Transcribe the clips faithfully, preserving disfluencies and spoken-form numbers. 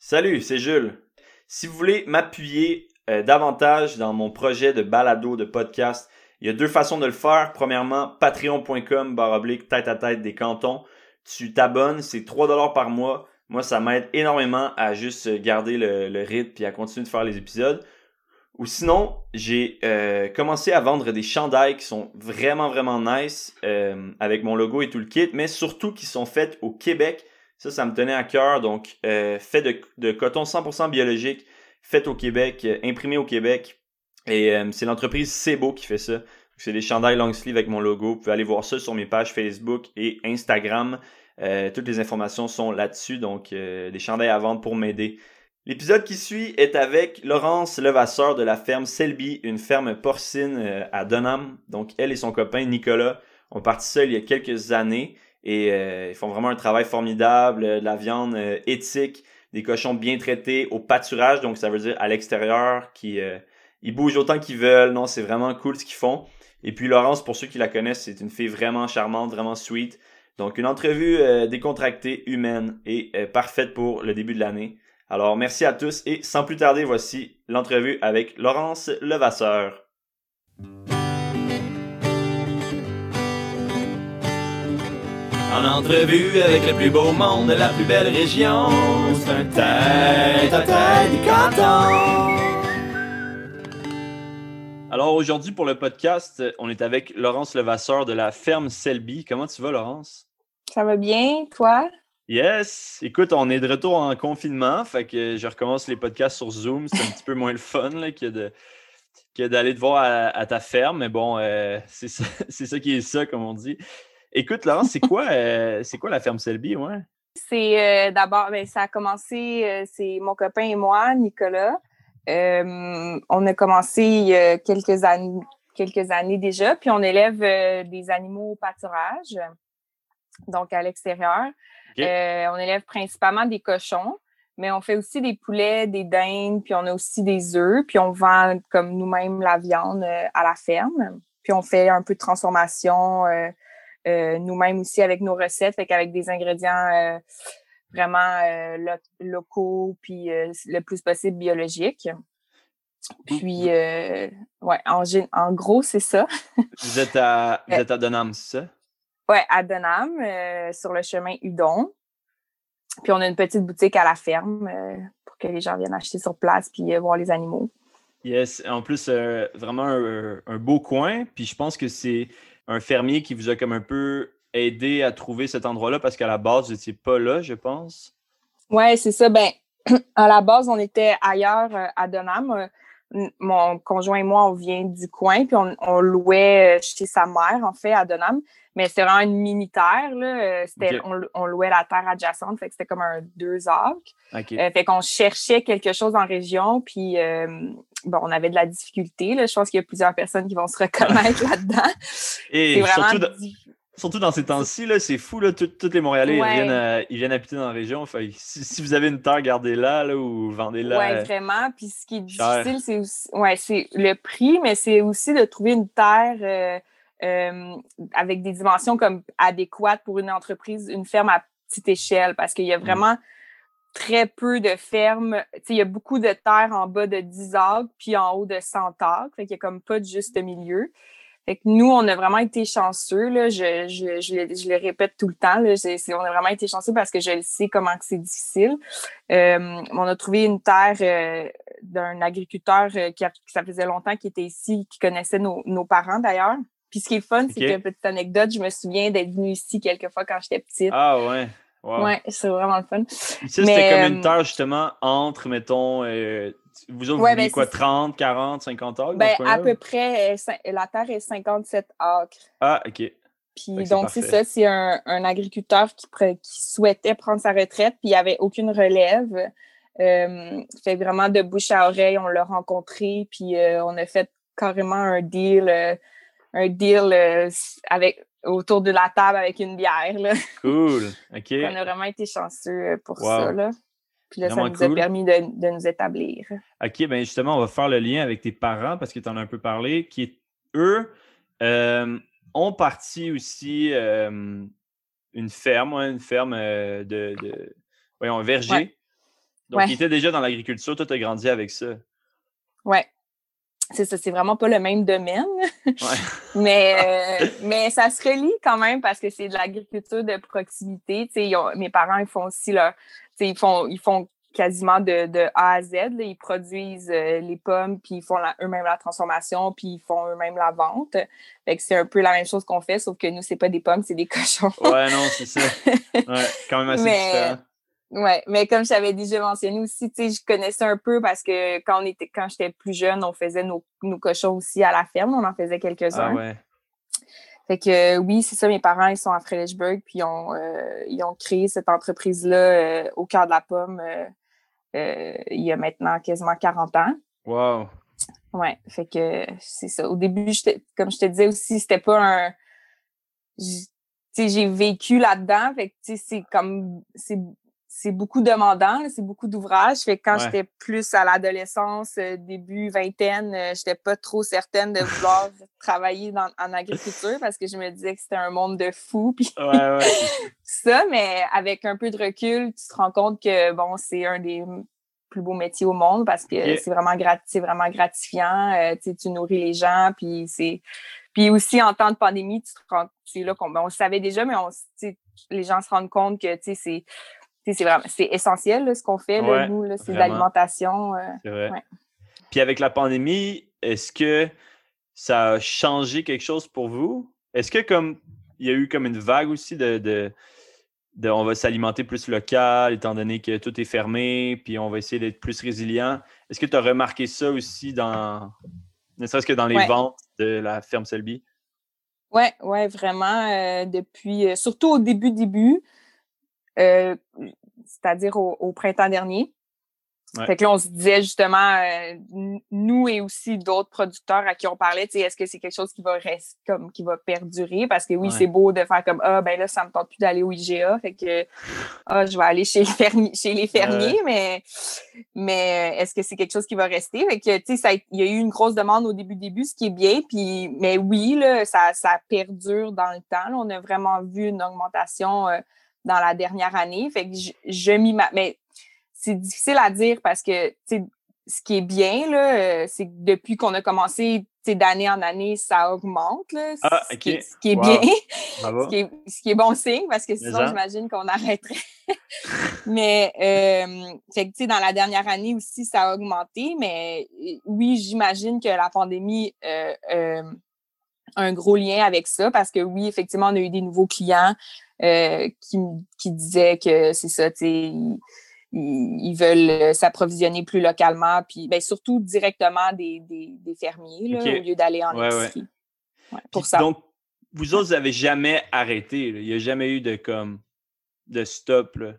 Salut, c'est Jules. Si vous voulez m'appuyer euh, davantage dans mon projet de balado, de podcast, il y a deux façons de le faire. Premièrement, patreon.com barre oblique tête à tête des cantons. Tu t'abonnes, c'est trois dollars par mois. Moi, ça m'aide énormément à juste garder le, le rythme puis à continuer de faire les épisodes. Ou sinon, j'ai euh, commencé à vendre des chandails qui sont vraiment, vraiment nice euh, avec mon logo et tout le kit, mais surtout qui sont faits au Québec. Ça, ça me tenait à cœur. Donc, euh, fait de, de coton cent pour cent biologique, fait au Québec, euh, imprimé au Québec. Et euh, c'est l'entreprise Sebo qui fait ça. Donc, c'est des chandails long sleeve avec mon logo. Vous pouvez aller voir ça sur mes pages Facebook et Instagram. Euh, toutes les informations sont là-dessus. Donc, euh, des chandails à vendre pour m'aider. L'épisode qui suit est avec Laurence Levasseur de la ferme Selby, une ferme porcine euh, à Dunham. Donc, elle et son copain Nicolas ont parti ça il y a quelques années et euh, ils font vraiment un travail formidable, euh, de la viande euh, éthique, des cochons bien traités au pâturage, donc ça veut dire à l'extérieur, qui euh, ils bougent autant qu'ils veulent. Non, c'est vraiment cool ce qu'ils font. Et puis Laurence, pour ceux qui la connaissent, c'est une fille vraiment charmante, vraiment sweet. Donc, une entrevue euh, décontractée, humaine et euh, parfaite pour le début de l'année. Alors, merci à tous et sans plus tarder, voici l'entrevue avec Laurence Levasseur. En entrevue avec le plus beau monde de la plus belle région, c'est un tête à tête du canton. Alors, aujourd'hui, pour le podcast, on est avec Laurence Levasseur de la ferme Selby. Comment tu vas, Laurence? Ça va bien, toi? Yes! Écoute, on est de retour en confinement, fait que je recommence les podcasts sur Zoom. C'est un petit peu moins le fun là, que, de, que d'aller te voir à, à ta ferme, mais bon, euh, c'est, ça, c'est ça qui est ça, comme on dit. Écoute, Laurence, c'est quoi, euh, c'est quoi la ferme Selby, ouais? C'est euh, d'abord, ben, ça a commencé, euh, c'est mon copain et moi, Nicolas. Euh, on a commencé il y a quelques années, quelques années déjà, puis on élève euh, des animaux au pâturage, donc à l'extérieur. Okay. Euh, on élève principalement des cochons, mais on fait aussi des poulets, des dindes, puis on a aussi des œufs, puis on vend comme nous-mêmes la viande euh, à la ferme. Puis on fait un peu de transformation euh, euh, nous-mêmes aussi avec nos recettes, fait qu'avec des ingrédients euh, vraiment euh, lo- locaux, puis euh, le plus possible biologiques. Puis, euh, ouais, en, en gros, c'est ça. Vous êtes à, vous êtes à Dunham, c'est ça? Ouais, à Dunham, euh, sur le chemin Udon. Puis on a une petite boutique à la ferme euh, pour que les gens viennent acheter sur place puis euh, voir les animaux. Yes, en plus, euh, vraiment un, un beau coin. Puis je pense que c'est un fermier qui vous a comme un peu aidé à trouver cet endroit-là parce qu'à la base, vous n'étiez pas là, je pense. Ouais, c'est ça. Ben, à la base, on était ailleurs euh, à Dunham. Mon conjoint et moi, on vient du coin, puis on, on louait chez sa mère, en fait, à Dunham. Mais c'était vraiment une mini-terre, là. C'était, Okay. on, on louait la terre adjacente, fait que c'était comme un deux acres. Okay. Euh, fait qu'on cherchait quelque chose en région, puis euh, bon, on avait de la difficulté, là. Je pense qu'il y a plusieurs personnes qui vont se reconnaître là-dedans. Et c'est vraiment surtout, dans, surtout dans ces temps-ci, là, c'est fou, là, tous les Montréalais, ouais. ils, viennent à, ils viennent habiter dans la région. Fait, si, si vous avez une terre, gardez-la là, ou vendez-la. Ouais, vraiment. Puis ce qui est cher. difficile, c'est aussi, ouais, c'est le prix, mais c'est aussi de trouver une terre euh, euh, avec des dimensions comme adéquates pour une entreprise, une ferme à petite échelle, parce qu'il y a vraiment mm. très peu de fermes. Tu sais, il y a beaucoup de terres en bas de dix acres, puis en haut de cent acres. Fait qu'il y a comme pas de juste milieu. Fait que nous, on a vraiment été chanceux. Là. Je, je, je, le, je le répète tout le temps. Là. C'est, on a vraiment été chanceux parce que je le sais comment que c'est difficile. Euh, on a trouvé une terre euh, d'un agriculteur euh, qui, a, qui ça faisait longtemps qu'il était ici, qui connaissait nos, nos parents d'ailleurs. Puis ce qui est fun, okay. c'est que, petite anecdote, je me souviens d'être venue ici quelques fois quand j'étais petite. Ah ouais. Wow. Ouais, c'est vraiment le fun. Puis ça, Mais, c'était comme une terre justement entre, mettons, euh, vous autres, ouais, vous vouliez ben, quoi, trente, quarante, cinquante acres? Ben, à peu près, la terre est cinquante-sept acres. Ah, OK. Puis donc, c'est, c'est ça, c'est un, un agriculteur qui, pre, qui souhaitait prendre sa retraite, puis il n'y avait aucune relève. Euh, fait vraiment de bouche à oreille, on l'a rencontré, puis euh, on a fait carrément un deal, euh, un deal euh, avec, autour de la table avec une bière. Là. Cool, OK. On a vraiment été chanceux pour wow. ça, là. Puis là, vraiment ça nous cool. a permis de, de nous établir. OK, bien justement, on va faire le lien avec tes parents, parce que tu en as un peu parlé, qui, eux, euh, ont parti aussi euh, une ferme, ouais, une ferme euh, de, de... Voyons, un verger. Ouais. Donc, ouais. il était déjà dans l'agriculture, toi, tu as grandi avec ça. Ouais. C'est ça, c'est vraiment pas le même domaine. Ouais. mais, euh, mais ça se relie quand même parce que c'est de l'agriculture de proximité. Tu sais, ils ont- mes parents, ils font aussi leur. Tu sais, ils font, ils font quasiment de, de A à Z. Là. Ils produisent euh, les pommes, puis ils font la- eux-mêmes la transformation, puis ils font eux-mêmes la vente. Fait que c'est un peu la même chose qu'on fait, sauf que nous, c'est pas des pommes, c'est des cochons. Ouais, non, c'est ça. Ouais, quand même assez mais différent. Ouais, mais comme je t'avais déjà mentionné aussi, tu sais, je connaissais un peu parce que quand on était, quand j'étais plus jeune, on faisait nos, nos cochons aussi à la ferme, on en faisait Ah quelques-uns. ouais. Fait que euh, oui, c'est ça, mes parents, ils sont à Fredericksburg, puis ils ont, euh, ils ont créé cette entreprise-là euh, au cœur de la pomme euh, euh, il y a maintenant quasiment quarante ans. Wow. Ouais, fait que c'est ça. Au début, comme je te disais aussi, c'était pas un... Tu sais, j'ai vécu là-dedans, fait que tu sais, c'est comme... c'est c'est beaucoup demandant, là, c'est beaucoup d'ouvrages. Fait que quand Ouais. j'étais plus à l'adolescence, euh, début vingtaine, euh, j'étais pas trop certaine de vouloir travailler dans, en agriculture parce que je me disais que c'était un monde de fous. Puis Ouais, ouais, c'est ça. ça, mais avec un peu de recul, tu te rends compte que bon, c'est un des plus beaux métiers au monde parce que Ok. c'est vraiment grat c'est vraiment gratifiant. Euh, tu sais, tu nourris les gens, puis c'est puis aussi en temps de pandémie, tu te rends c'est là qu'on ben, on le savait déjà, mais on tu sais, les gens se rendent compte que tu sais c'est c'est vraiment c'est essentiel là, ce qu'on fait là, Ouais, nous là, c'est de vraiment. l'alimentation. Euh, C'est vrai. ouais. Puis avec la pandémie, est-ce que ça a changé quelque chose pour vous? Est-ce que comme il y a eu comme une vague aussi de, de, de on va s'alimenter plus local, étant donné que tout est fermé, puis on va essayer d'être plus résilient. Est-ce que tu as remarqué ça aussi dans ne serait-ce que dans les Ouais. ventes de la ferme Selby? Ouais, ouais, vraiment. Euh, depuis, euh, surtout au début, début, euh, c'est-à-dire au, au printemps dernier. Ouais. Fait que là, on se disait justement, euh, nous et aussi d'autres producteurs à qui on parlait, tu sais, est-ce que c'est quelque chose qui va rester comme qui va perdurer? Parce que oui, Ouais. c'est beau de faire comme ah ben là, ça me tente plus d'aller au I G A, fait que ah, je vais aller chez les fermiers, chez les fermiers, Ouais. mais mais est-ce que c'est quelque chose qui va rester? Fait que tu sais, ça a- il y a eu une grosse demande au début début, ce qui est bien, puis mais oui, là, ça, ça perdure dans le temps. Là. On a vraiment vu une augmentation euh, dans la dernière année. Fait que je, je m'y mais c'est difficile à dire parce que, tu sais, ce qui est bien, là, euh, c'est que depuis qu'on a commencé, tu sais, d'année en année, ça augmente, là, Ah, ce OK. qui est, ce qui est bien, Wow. ce Bravo. qui est, ce qui est bon signe parce que Mais sinon, ça? j'imagine qu'on arrêterait. mais, euh, fait que, tu sais, dans la dernière année aussi, ça a augmenté, mais euh, oui, j'imagine que la pandémie euh, euh, a un gros lien avec ça parce que oui, effectivement, on a eu des nouveaux clients euh, qui, qui disaient que c'est ça, tu sais, ils, ils veulent s'approvisionner plus localement, puis ben, surtout directement des, des, des fermiers, là, OK. au lieu d'aller en Ouais, ouais. épicerie. Ouais, pour Puis ça. donc, vous autres, vous n'avez jamais arrêté, là. Il n'y a jamais eu de comme de stop, là.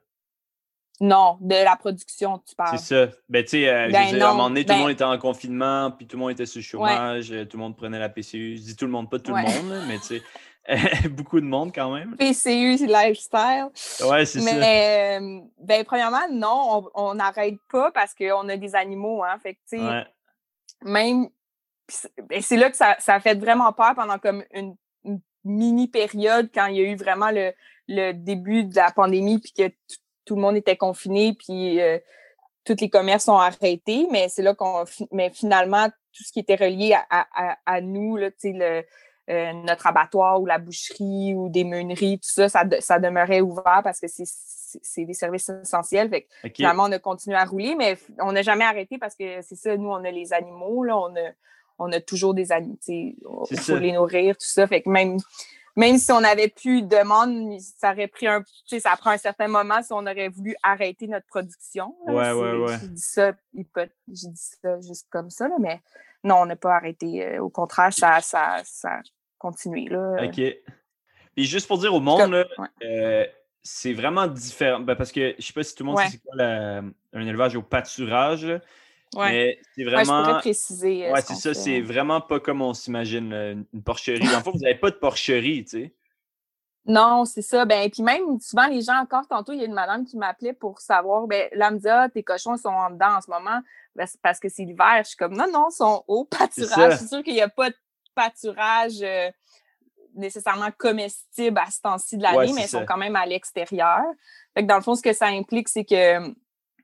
Non, de la production, tu C'est parles. ça. Ben, tu sais, euh, je veux Ben dire, à un moment non, donné, tout le ben monde était en confinement, puis tout le monde était sur le ouais, chômage, euh, tout le monde prenait la P C U. Je dis tout le monde, pas tout le ouais. monde, là, mais tu sais, beaucoup de monde quand même. P C U, c'est lifestyle. Ouais, c'est ça. Mais, euh, ben, premièrement, non, on n'arrête pas parce qu'on a des animaux, hein. Fait que, tu sais, Ouais. même, ben, c'est là que ça, ça a fait vraiment peur pendant comme une, une mini période quand il y a eu vraiment le, le début de la pandémie puis que t- tout le monde était confiné puis euh, tous les commerces ont arrêté. Mais c'est là qu'on, mais finalement, tout ce qui était relié à, à, à nous, là, tu sais, le, euh, notre abattoir ou la boucherie ou des meuneries, tout ça, ça, ça demeurait ouvert parce que c'est, c'est des services essentiels. Fait que OK. finalement, on a continué à rouler, mais on n'a jamais arrêté parce que c'est ça, nous, on a les animaux, là, on a, on a toujours des animaux, il faut ça. les nourrir, tout ça. Fait que même, même si on n'avait plus de demande, ça aurait pris un, tu sais, ça prend un certain moment si on aurait voulu arrêter notre production. Là. Ouais, ouais, ouais. J'ai dit ça, j'ai dit ça juste comme ça, là, mais non, on n'a pas arrêté. Au contraire, ça, ça, ça a continué. Là. OK. Puis juste pour dire au monde, là, ouais. euh, c'est vraiment différent. Ben, parce que je sais pas si tout le monde Ouais. sait c'est quoi la- un élevage au pâturage, là, Ouais. mais c'est Ouais, je pourrais vraiment. préciser. euh, Ouais, ce c'est qu'on ça. fait. C'est vraiment pas comme on s'imagine, là, une une porcherie. Dans le fond, vous n'avez pas de porcherie, tu sais. Non, c'est ça. Ben, puis même, souvent, les gens, encore tantôt, il y a une madame qui m'appelait pour savoir, ben, là, elle me dit, ah, tes cochons sont en dedans en ce moment, ben, c'est parce que c'est l'hiver. Je suis comme, non, non, ils sont au C'est pâturage. ça. C'est sûr qu'il n'y a pas de pâturage euh, nécessairement comestible à ce temps-ci de Ouais, l'année, c'est mais ils sont ça. quand même à l'extérieur. Fait que dans le fond, ce que ça implique, c'est que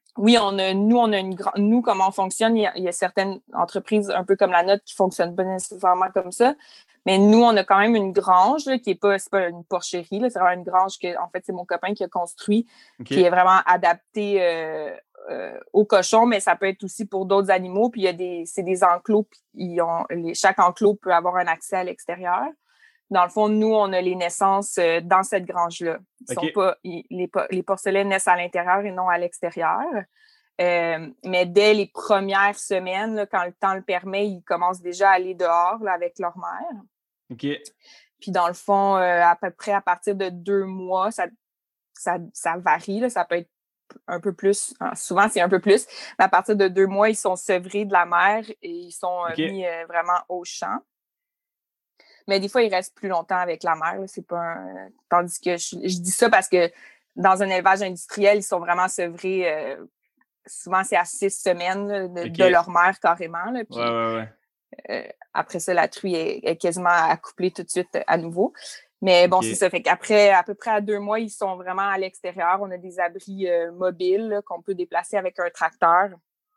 Oui, on a, nous, on a une grande. Nous, comment on fonctionne, il y, a, il y a certaines entreprises un peu comme la nôtre qui ne fonctionnent pas nécessairement comme ça. Mais nous, on a quand même une grange là, qui n'est pas, c'est pas une porcherie, là, c'est vraiment une grange que, en fait, c'est mon copain qui a construit, Okay. qui est vraiment adaptée euh, euh, aux cochons, mais ça peut être aussi pour d'autres animaux. Puis il y a des, c'est des enclos, puis ils ont, les, chaque enclos peut avoir un accès à l'extérieur. Dans le fond, nous, on a les naissances euh, dans cette grange-là. Ils Okay. sont pas, ils, les, les porcelets naissent à l'intérieur et non à l'extérieur. Euh, mais dès les premières semaines, là, quand le temps le permet, ils commencent déjà à aller dehors là, avec leur mère. Okay. Puis dans le fond, euh, à peu près à partir de deux mois, ça, ça, ça varie. Là, ça peut être un peu plus. Souvent, c'est un peu plus. Mais à partir de deux mois, ils sont sevrés de la mère et ils sont euh, Okay. mis euh, vraiment au champ. Mais des fois, ils restent plus longtemps avec la mère. Là. C'est pas un... Tandis que je, je dis ça parce que dans un élevage industriel, ils sont vraiment sevrés. Euh, souvent, c'est à six semaines là, de, Okay. de leur mère carrément. Là, puis, ouais, ouais, ouais. Euh, après ça, la truie est, est quasiment accouplée tout de suite à nouveau. Mais bon, okay. C'est ça. Fait qu'après, à peu près à deux mois, ils sont vraiment à l'extérieur. On a des abris euh, mobiles là, qu'on peut déplacer avec un tracteur.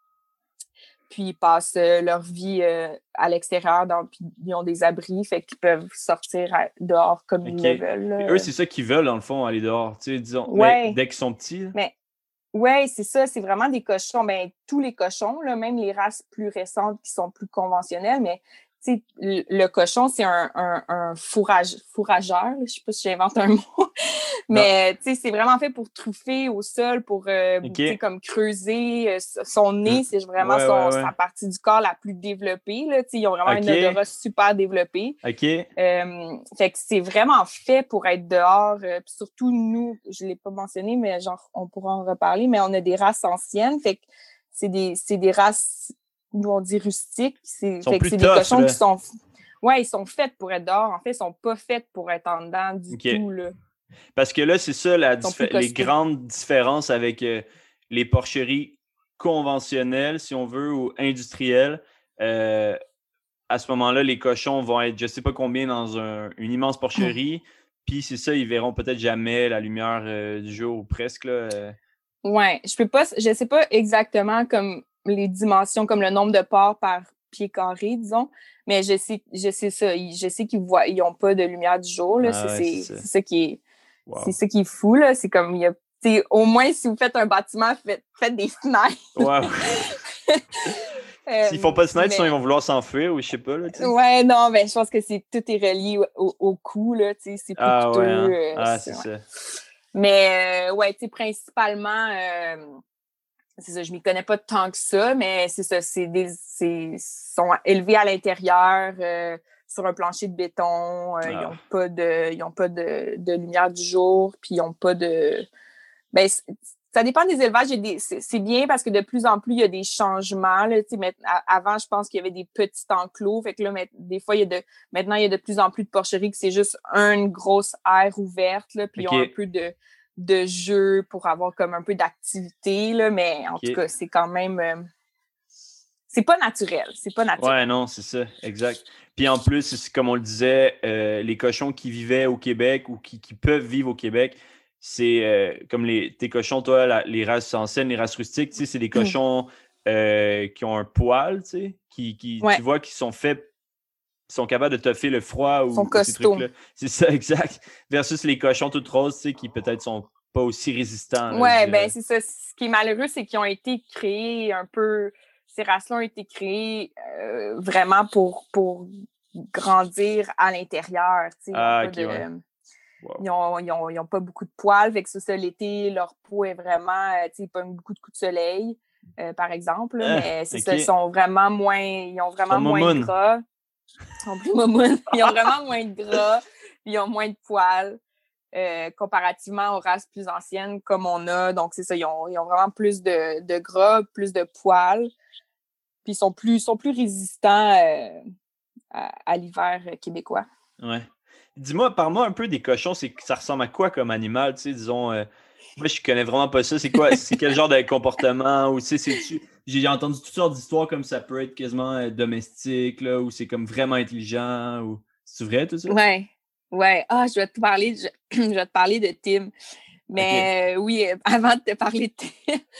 Puis ils passent euh, leur vie euh, à l'extérieur, donc ils ont des abris, fait qu'ils peuvent sortir à, dehors comme okay. ils le veulent. Là. Eux, c'est ça qu'ils veulent, dans le fond, aller dehors, tu sais, disons, ouais. mais dès qu'ils sont petits. Là. Mais oui, c'est ça, c'est vraiment des cochons, ben, tous les cochons, là, même les races plus récentes qui sont plus conventionnelles, mais tu sais, le, le cochon, c'est un, un, un fourrage, fourrageur, je sais pas si j'invente un mot, mais tu sais, c'est vraiment fait pour truffer au sol, pour euh, okay. tu sais, comme creuser euh, son nez, mmh. c'est vraiment ouais, son, ouais, ouais. sa partie du corps la plus développée, là, tu sais, ils ont vraiment okay. un odorat super développé. OK. Euh, fait que c'est vraiment fait pour être dehors, euh, puis surtout nous, je l'ai pas mentionné, mais genre, on pourra en reparler, mais on a des races anciennes, fait que c'est des, c'est des races, nous on dit rustiques, c'est, fait que c'est tough, des cochons là. Qui sont, ouais, ils sont faits pour être dehors, en fait, ils sont pas faits pour être en dedans du okay. tout, là. Parce que là, c'est ça, la dif- les grandes différences avec euh, les porcheries conventionnelles, si on veut, ou industrielles. Euh, à ce moment-là, les cochons vont être, je ne sais pas combien, dans un, une immense porcherie. Puis c'est ça, ils verront peut-être jamais la lumière euh, du jour ou presque. Là, euh. Ouais, je peux pas, je sais pas exactement comme les dimensions, comme le nombre de porcs par pied carré, disons, mais je sais, je sais ça. Je sais qu'ils voient, ils ont pas de lumière du jour. Là, ah, c'est, ouais, c'est, c'est, ça. c'est ça qui est, wow. c'est ça qui est fou là. C'est comme il y a, t'sais, au moins si vous faites un bâtiment, faites, faites des fenêtres. Wow. S'ils font pas de fenêtres, mais... sinon ils vont vouloir s'enfuir ou je sais pas. Là, ouais, non, mais je pense que c'est tout est relié au, au, au cou, là, tu sais, c'est plus ah, coûteux. Ouais, hein? euh, ah, c'est, c'est ouais. ça. Mais, euh, ouais, tu sais, principalement, euh, c'est ça, je m'y connais pas tant que ça, mais c'est ça, c'est des, c'est, sont élevés à l'intérieur, euh, sur un plancher de béton, euh, ah. ils ont pas de, ils ont pas de, de lumière du jour, puis ils ont pas de, ben, ça dépend des élevages. Il y a des, c'est, c'est bien parce que de plus en plus, il y a des changements. Là, mais, avant, je pense qu'il y avait des petits enclos. Fait que là, mais, des fois, il y a de, maintenant, il y a de plus en plus de porcheries que c'est juste une grosse aire ouverte. Là, puis okay. Ils ont un peu de, de jeu pour avoir comme un peu d'activité. Là, mais en okay. tout cas, c'est quand même... Euh, c'est pas naturel. C'est pas naturel. Ouais, non, c'est ça. Exact. Puis en plus, c'est, comme on le disait, euh, les cochons qui vivaient au Québec ou qui, qui peuvent vivre au Québec, c'est euh, comme les, tes cochons, toi, la, les races anciennes, les races rustiques, tu sais, c'est des cochons euh, qui ont un poil, tu sais, qui, qui ouais. tu vois, qui sont faits, qui sont capables de toffer le froid ou, sont ou ces trucs-là. C'est ça, exact. Versus les cochons toutes roses, tu sais, qui peut-être sont pas aussi résistants. Là, ouais, ben c'est ça. Ce qui est malheureux, c'est qu'ils ont été créés un peu... Ces races-là ont été créées euh, vraiment pour, pour grandir à l'intérieur, tu sais. Ils ah, ont okay, pas de... ouais. Wow. Ils ont, ils, ont, ils ont pas beaucoup de poils, fait que ça, ça l'été, leur peau est vraiment, tu sais, ils pognent beaucoup de coups de soleil, euh, par exemple, là, ah, mais c'est okay. ça, ils sont vraiment moins, ils ont vraiment ils moins momounes. de gras. Ils sont plus momounes. Ils ont vraiment moins de gras, puis ils ont moins de poils, euh, comparativement aux races plus anciennes comme on a. Donc, c'est ça, ils ont, ils ont vraiment plus de, de gras, plus de poils, puis ils sont plus, sont plus résistants euh, à, à l'hiver québécois. Ouais. Dis-moi, parle-moi un peu des cochons, c'est, ça ressemble à quoi comme animal, tu sais, disons, euh, moi je connais vraiment pas ça, c'est quoi, c'est quel genre de comportement, ou tu sais, c'est-tu, j'ai entendu toutes sortes d'histoires comme ça peut être quasiment euh, domestique, là, ou c'est comme vraiment intelligent, ou, c'est vrai tout ça? Ouais, ouais, ah, je vais te parler, je, je vais te parler de Tim, mais okay. euh, oui, avant de te parler de Tim,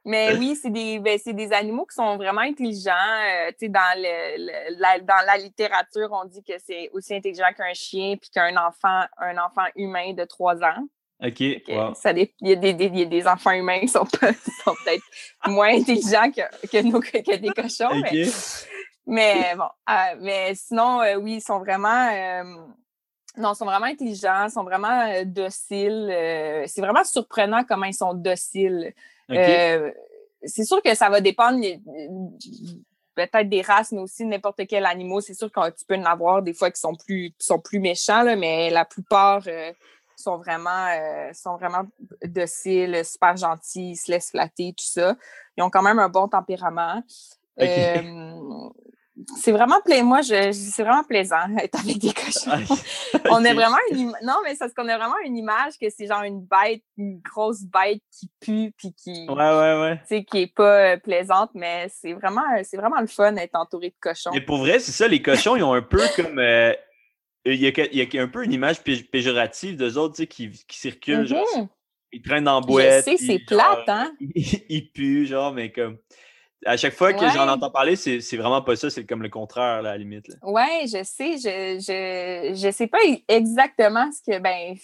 Mais oui, c'est des, ben, c'est des animaux qui sont vraiment intelligents. Euh, tu sais, dans le, le- la, dans la littérature, on dit que c'est aussi intelligent qu'un chien puis qu'un enfant, un enfant humain de trois ans. OK, Fait que wow. ça dé- il y a des, des, il y a des enfants humains qui sont, pas- qui sont peut-être moins intelligents que, que, nous, que, que des cochons, mais, OK. mais bon. Euh, mais sinon, euh, oui, ils sont vraiment... euh, non, ils sont vraiment intelligents, ils sont vraiment euh, dociles. euh, c'est vraiment surprenant comment ils sont dociles. OK. Euh, c'est sûr que ça va dépendre euh, peut-être des races, mais aussi n'importe quel animal. C'est sûr que tu peux en avoir des fois qui sont plus, qui sont plus méchants, là, mais la plupart euh, sont vraiment, euh, sont vraiment dociles, super gentils, ils se laissent flatter, tout ça. Ils ont quand même un bon tempérament. OK. Euh, c'est vraiment plaisant. Moi, je, c'est vraiment plaisant d'être avec des cochons. On a OK. vraiment une im- non, mais c'est parce qu'on a vraiment une image que c'est genre une bête, une grosse bête qui pue puis qui, Ouais, ouais, ouais. tu sais, qui est pas euh, plaisante, mais c'est vraiment, c'est vraiment le fun d'être entouré de cochons. Mais pour vrai, c'est ça, les cochons, ils ont un peu comme. euh, il y a, que- il y a un peu une image pé- péjorative d'eux autres, tu sais, qui, qui circulent, genre, Mhm. ils traînent dans la Je boîte, sais, c'est puis genre, plate, hein? ils, ils puent, genre, mais comme. À chaque fois que j'en Ouais, entends parler, c'est c'est vraiment pas ça, c'est comme le contraire, là, à la limite. Là. ouais, je sais, je, je, je sais pas exactement ce que, ben,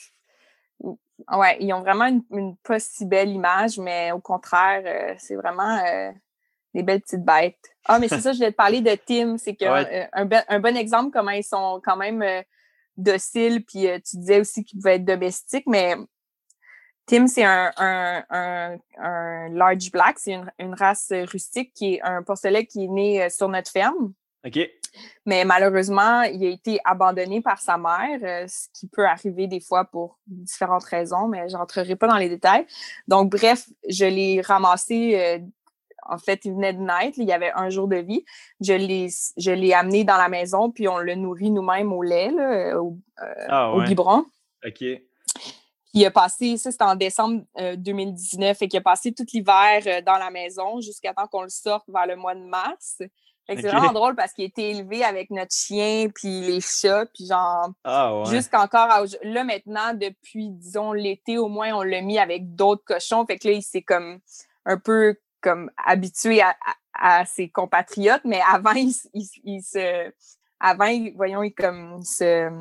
ouais, ils ont vraiment une, une pas si belle image, mais au contraire, euh, c'est vraiment euh, des belles petites bêtes. Ah, mais c'est ça, je voulais te parler de Tim. C'est qu'un Ouais, euh, un, be- un bon exemple comment ils sont quand même euh, dociles. Puis euh, tu disais aussi qu'ils pouvaient être domestiques, mais Tim, c'est un, un, un, un large black. C'est une, une race rustique qui est un porcelet qui est né euh, sur notre ferme. OK. Mais malheureusement, il a été abandonné par sa mère, euh, ce qui peut arriver des fois pour différentes raisons, mais je n'entrerai pas dans les détails. Donc, bref, je l'ai ramassé. Euh, en fait, il venait de naître, il y avait un jour de vie. Je l'ai, je l'ai amené dans la maison, puis on le nourrit nous-mêmes au lait, là, au, euh, Ah au ouais. biberon. OK. Puis il a passé, ça c'était en décembre euh, deux mille dix-neuf, et qu'il a passé tout l'hiver euh, dans la maison jusqu'à temps qu'on le sorte vers le mois de mars. Fait que c'est vraiment OK. drôle parce qu'il a été élevé avec notre chien, puis les chats, puis genre, Ah ouais. jusqu'encore à, là maintenant, depuis, disons, l'été au moins, on l'a mis avec d'autres cochons. Fait que là, il s'est comme un peu comme habitué à, à, à ses compatriotes, mais avant, il, il, il se... Avant, il, voyons, il comme il se...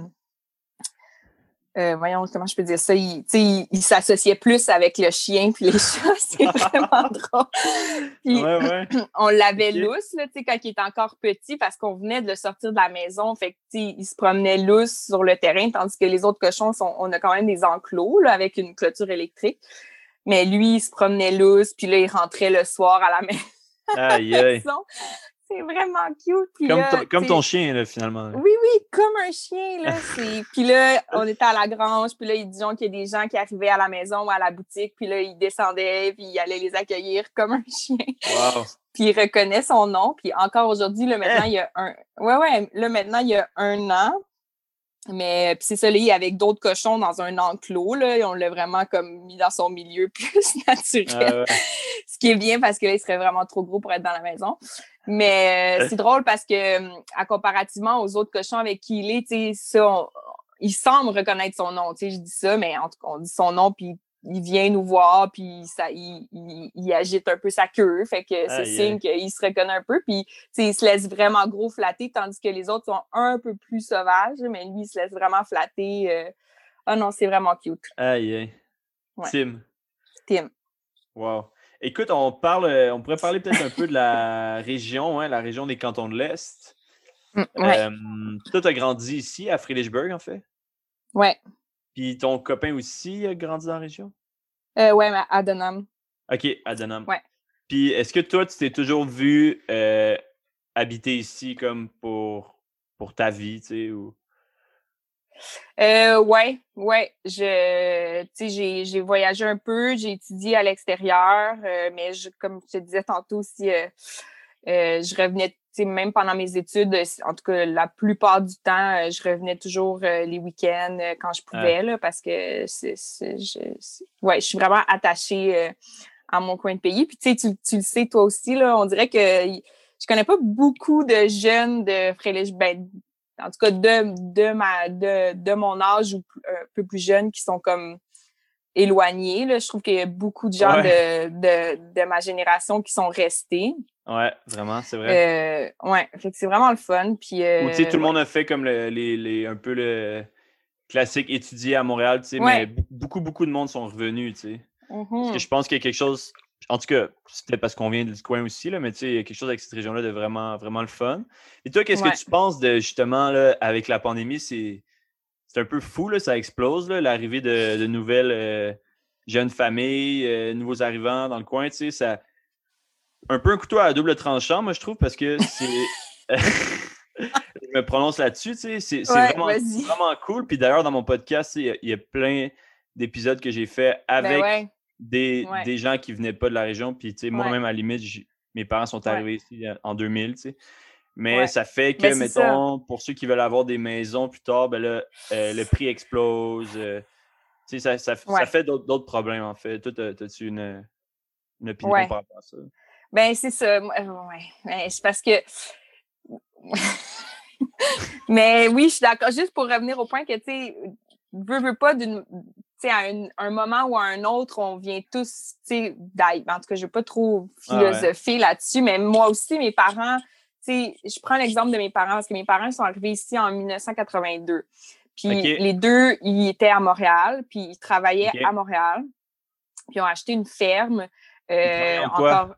Euh, voyons, comment je peux dire ça, il, il, il s'associait plus avec le chien puis les chats, c'est vraiment drôle. Puis Ouais, ouais. on l'avait OK. lousse, là, quand il était encore petit, parce qu'on venait de le sortir de la maison, fait que, il se promenait lousse sur le terrain, tandis que les autres cochons, sont, on a quand même des enclos là, avec une clôture électrique. Mais lui, il se promenait lousse, puis là, il rentrait le soir à la Aïe, aïe. maison. C'est vraiment cute. Puis Comme, là, ton, comme tu sais, ton chien, là, finalement. oui, oui, comme un chien, là. C'est... Puis là, on était à la grange, puis là, disons qu'il y a des gens qui arrivaient à la maison ou à la boutique, puis là, il descendait, puis il allait les accueillir comme un chien. Wow. Puis il reconnaît son nom, puis encore aujourd'hui, là, maintenant, Eh! il y a un... Ouais, ouais, là, maintenant, il y a un an, mais puis c'est ça, là, il est avec d'autres cochons dans un enclos, là, et on l'a vraiment comme mis dans son milieu plus naturel. Ah ouais. Ce qui est bien parce que là, il serait vraiment trop gros pour être dans la maison. Mais euh, c'est drôle parce que, à comparativement aux autres cochons avec qui il est, tu sais, ça, on- il semble reconnaître son nom. Tu sais, je dis ça, mais en tout cas, on dit son nom, puis il vient nous voir, puis ça, il, il, il agite un peu sa queue. Fait que c'est Aïe, signe aïe. qu'il se reconnaît un peu. Puis, tu sais, il se laisse vraiment gros flatter, tandis que les autres sont un peu plus sauvages, mais lui, il se laisse vraiment flatter. euh. Ah non, c'est vraiment cute. Aïe, aïe. Ouais. Tim. Tim. Wow. Écoute, on parle, euh, on pourrait parler peut-être un peu de la région, hein, la région des Cantons de l'Est. Mm, ouais. Euh, toi, tu as grandi ici, à Friedrichsburg, en fait. Ouais. Puis ton copain aussi a grandi dans la région? Euh, ouais, mais à Dunham. OK, à Denham. Ouais. Puis est-ce que toi, tu t'es toujours vu euh, habiter ici comme pour, pour ta vie, tu sais, ou... Euh, ouais, ouais. Je, tu sais, j'ai, j'ai voyagé un peu, j'ai étudié à l'extérieur, euh, mais je, comme je te disais tantôt aussi, euh, euh, je revenais, tu sais, même pendant mes études, en tout cas, la plupart du temps, euh, je revenais toujours euh, les week-ends euh, quand je Ah, pouvais, là, parce que c'est, c'est, je, c'est- ouais, je suis vraiment attachée euh, à mon coin de pays. Puis, tu sais, tu, tu le sais, toi aussi, là, on dirait que je connais pas beaucoup de jeunes de Frélich, ben, en tout cas de, de ma de, de mon âge ou un peu plus jeunes qui sont comme éloignés. Là. Je trouve qu'il y a beaucoup de gens ouais. de, de, de ma génération qui sont restés. Ouais, vraiment, c'est vrai. Euh, ouais, fait que c'est vraiment le fun. Puis, euh, Ou tu sais, tout ouais. le monde a fait comme le, les, les, un peu le classique étudier à Montréal, tu sais, ouais. mais beaucoup, beaucoup de monde sont revenus, tu sais. Mm-hmm. Parce que je pense qu'il y a quelque chose, en tout cas, c'est peut-être parce qu'on vient du coin aussi, là, mais tu sais, il y a quelque chose avec cette région-là de vraiment, vraiment le fun. Et toi, qu'est-ce ouais. que tu penses de, justement, là, avec la pandémie, c'est, c'est un peu fou, là, ça explose, là, l'arrivée de, de nouvelles euh, jeunes familles, euh, nouveaux arrivants dans le coin, tu sais, ça... Un peu un couteau à double tranchant, moi, je trouve, parce que c'est... je me prononce là-dessus, tu sais, c'est, c'est ouais, vraiment, vraiment cool. Puis d'ailleurs, dans mon podcast, il y, a, il y a plein d'épisodes que j'ai fait avec ben ouais. Des, ouais. des gens qui venaient pas de la région. Puis, tu sais, moi-même, ouais. à la limite, mes parents sont arrivés ouais. ici en deux mille, tu sais. Mais ouais. ça fait que, ben, mettons, ça. Pour ceux qui veulent avoir des maisons plus tard, ben là, euh, le prix explose. Euh, tu sais, ça, ça, ouais. ça fait d'autres, d'autres problèmes, en fait. Toi, t'as-tu une, une opinion ouais. par rapport à ça? Ben, c'est ça. Ouais. Ben, c'est parce que... Mais oui, je suis d'accord. Juste pour revenir au point que, tu sais, veux, veux pas d'une... Tu sais, à un, un moment ou à un autre, on vient tous, tu sais, d'ailleurs. En tout cas, je veux pas trop philosopher ah ouais. là-dessus, mais moi aussi, mes parents... Tu sais, je prends l'exemple de mes parents parce que mes parents sont arrivés ici en dix-neuf cent quatre-vingt-deux. Puis okay. les deux, ils étaient à Montréal, puis ils travaillaient okay. à Montréal. Puis ils ont acheté une ferme. Euh, encore...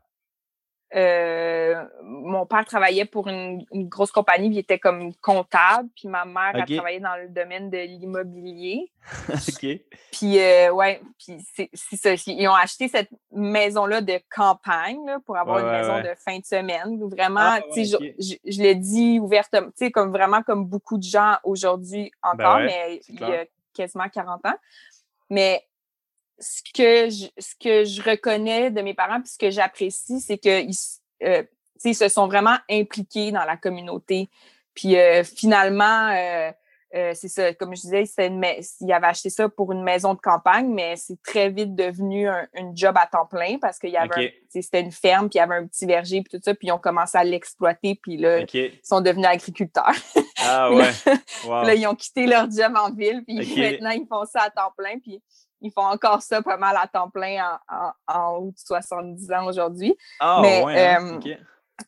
Euh, mon père travaillait pour une, une grosse compagnie, puis il était comme comptable, puis ma mère okay. a travaillé dans le domaine de l'immobilier. OK. Puis, euh, ouais, puis c'est, c'est ça. Ils ont acheté cette maison-là de campagne là, pour avoir ouais, une ouais, maison ouais. de fin de semaine. Vraiment, ah, ouais, tu sais, okay. je, je, je le dis ouvertement, tu sais, comme vraiment comme beaucoup de gens aujourd'hui encore, ben ouais, mais il y a quasiment quarante ans. Mais ce que je, ce que je reconnais de mes parents puis ce que j'apprécie, c'est qu'ils euh, ils se sont vraiment impliqués dans la communauté. Puis euh, finalement, euh, euh, c'est ça, comme je disais, c'était une, ils avaient acheté ça pour une maison de campagne, mais c'est très vite devenu un, un job à temps plein parce qu'il y avait okay. un, c'était une ferme, puis il y avait un petit verger, puis tout ça, puis ils ont commencé à l'exploiter, puis là, okay. ils sont devenus agriculteurs. Ah ouais, wow. Là, ils ont quitté leur job en ville, puis okay. maintenant, ils font ça à temps plein, puis ils font encore ça pas mal à temps plein en, en, en haut de soixante-dix ans aujourd'hui. Ah mais, ouais, hein? euh, okay.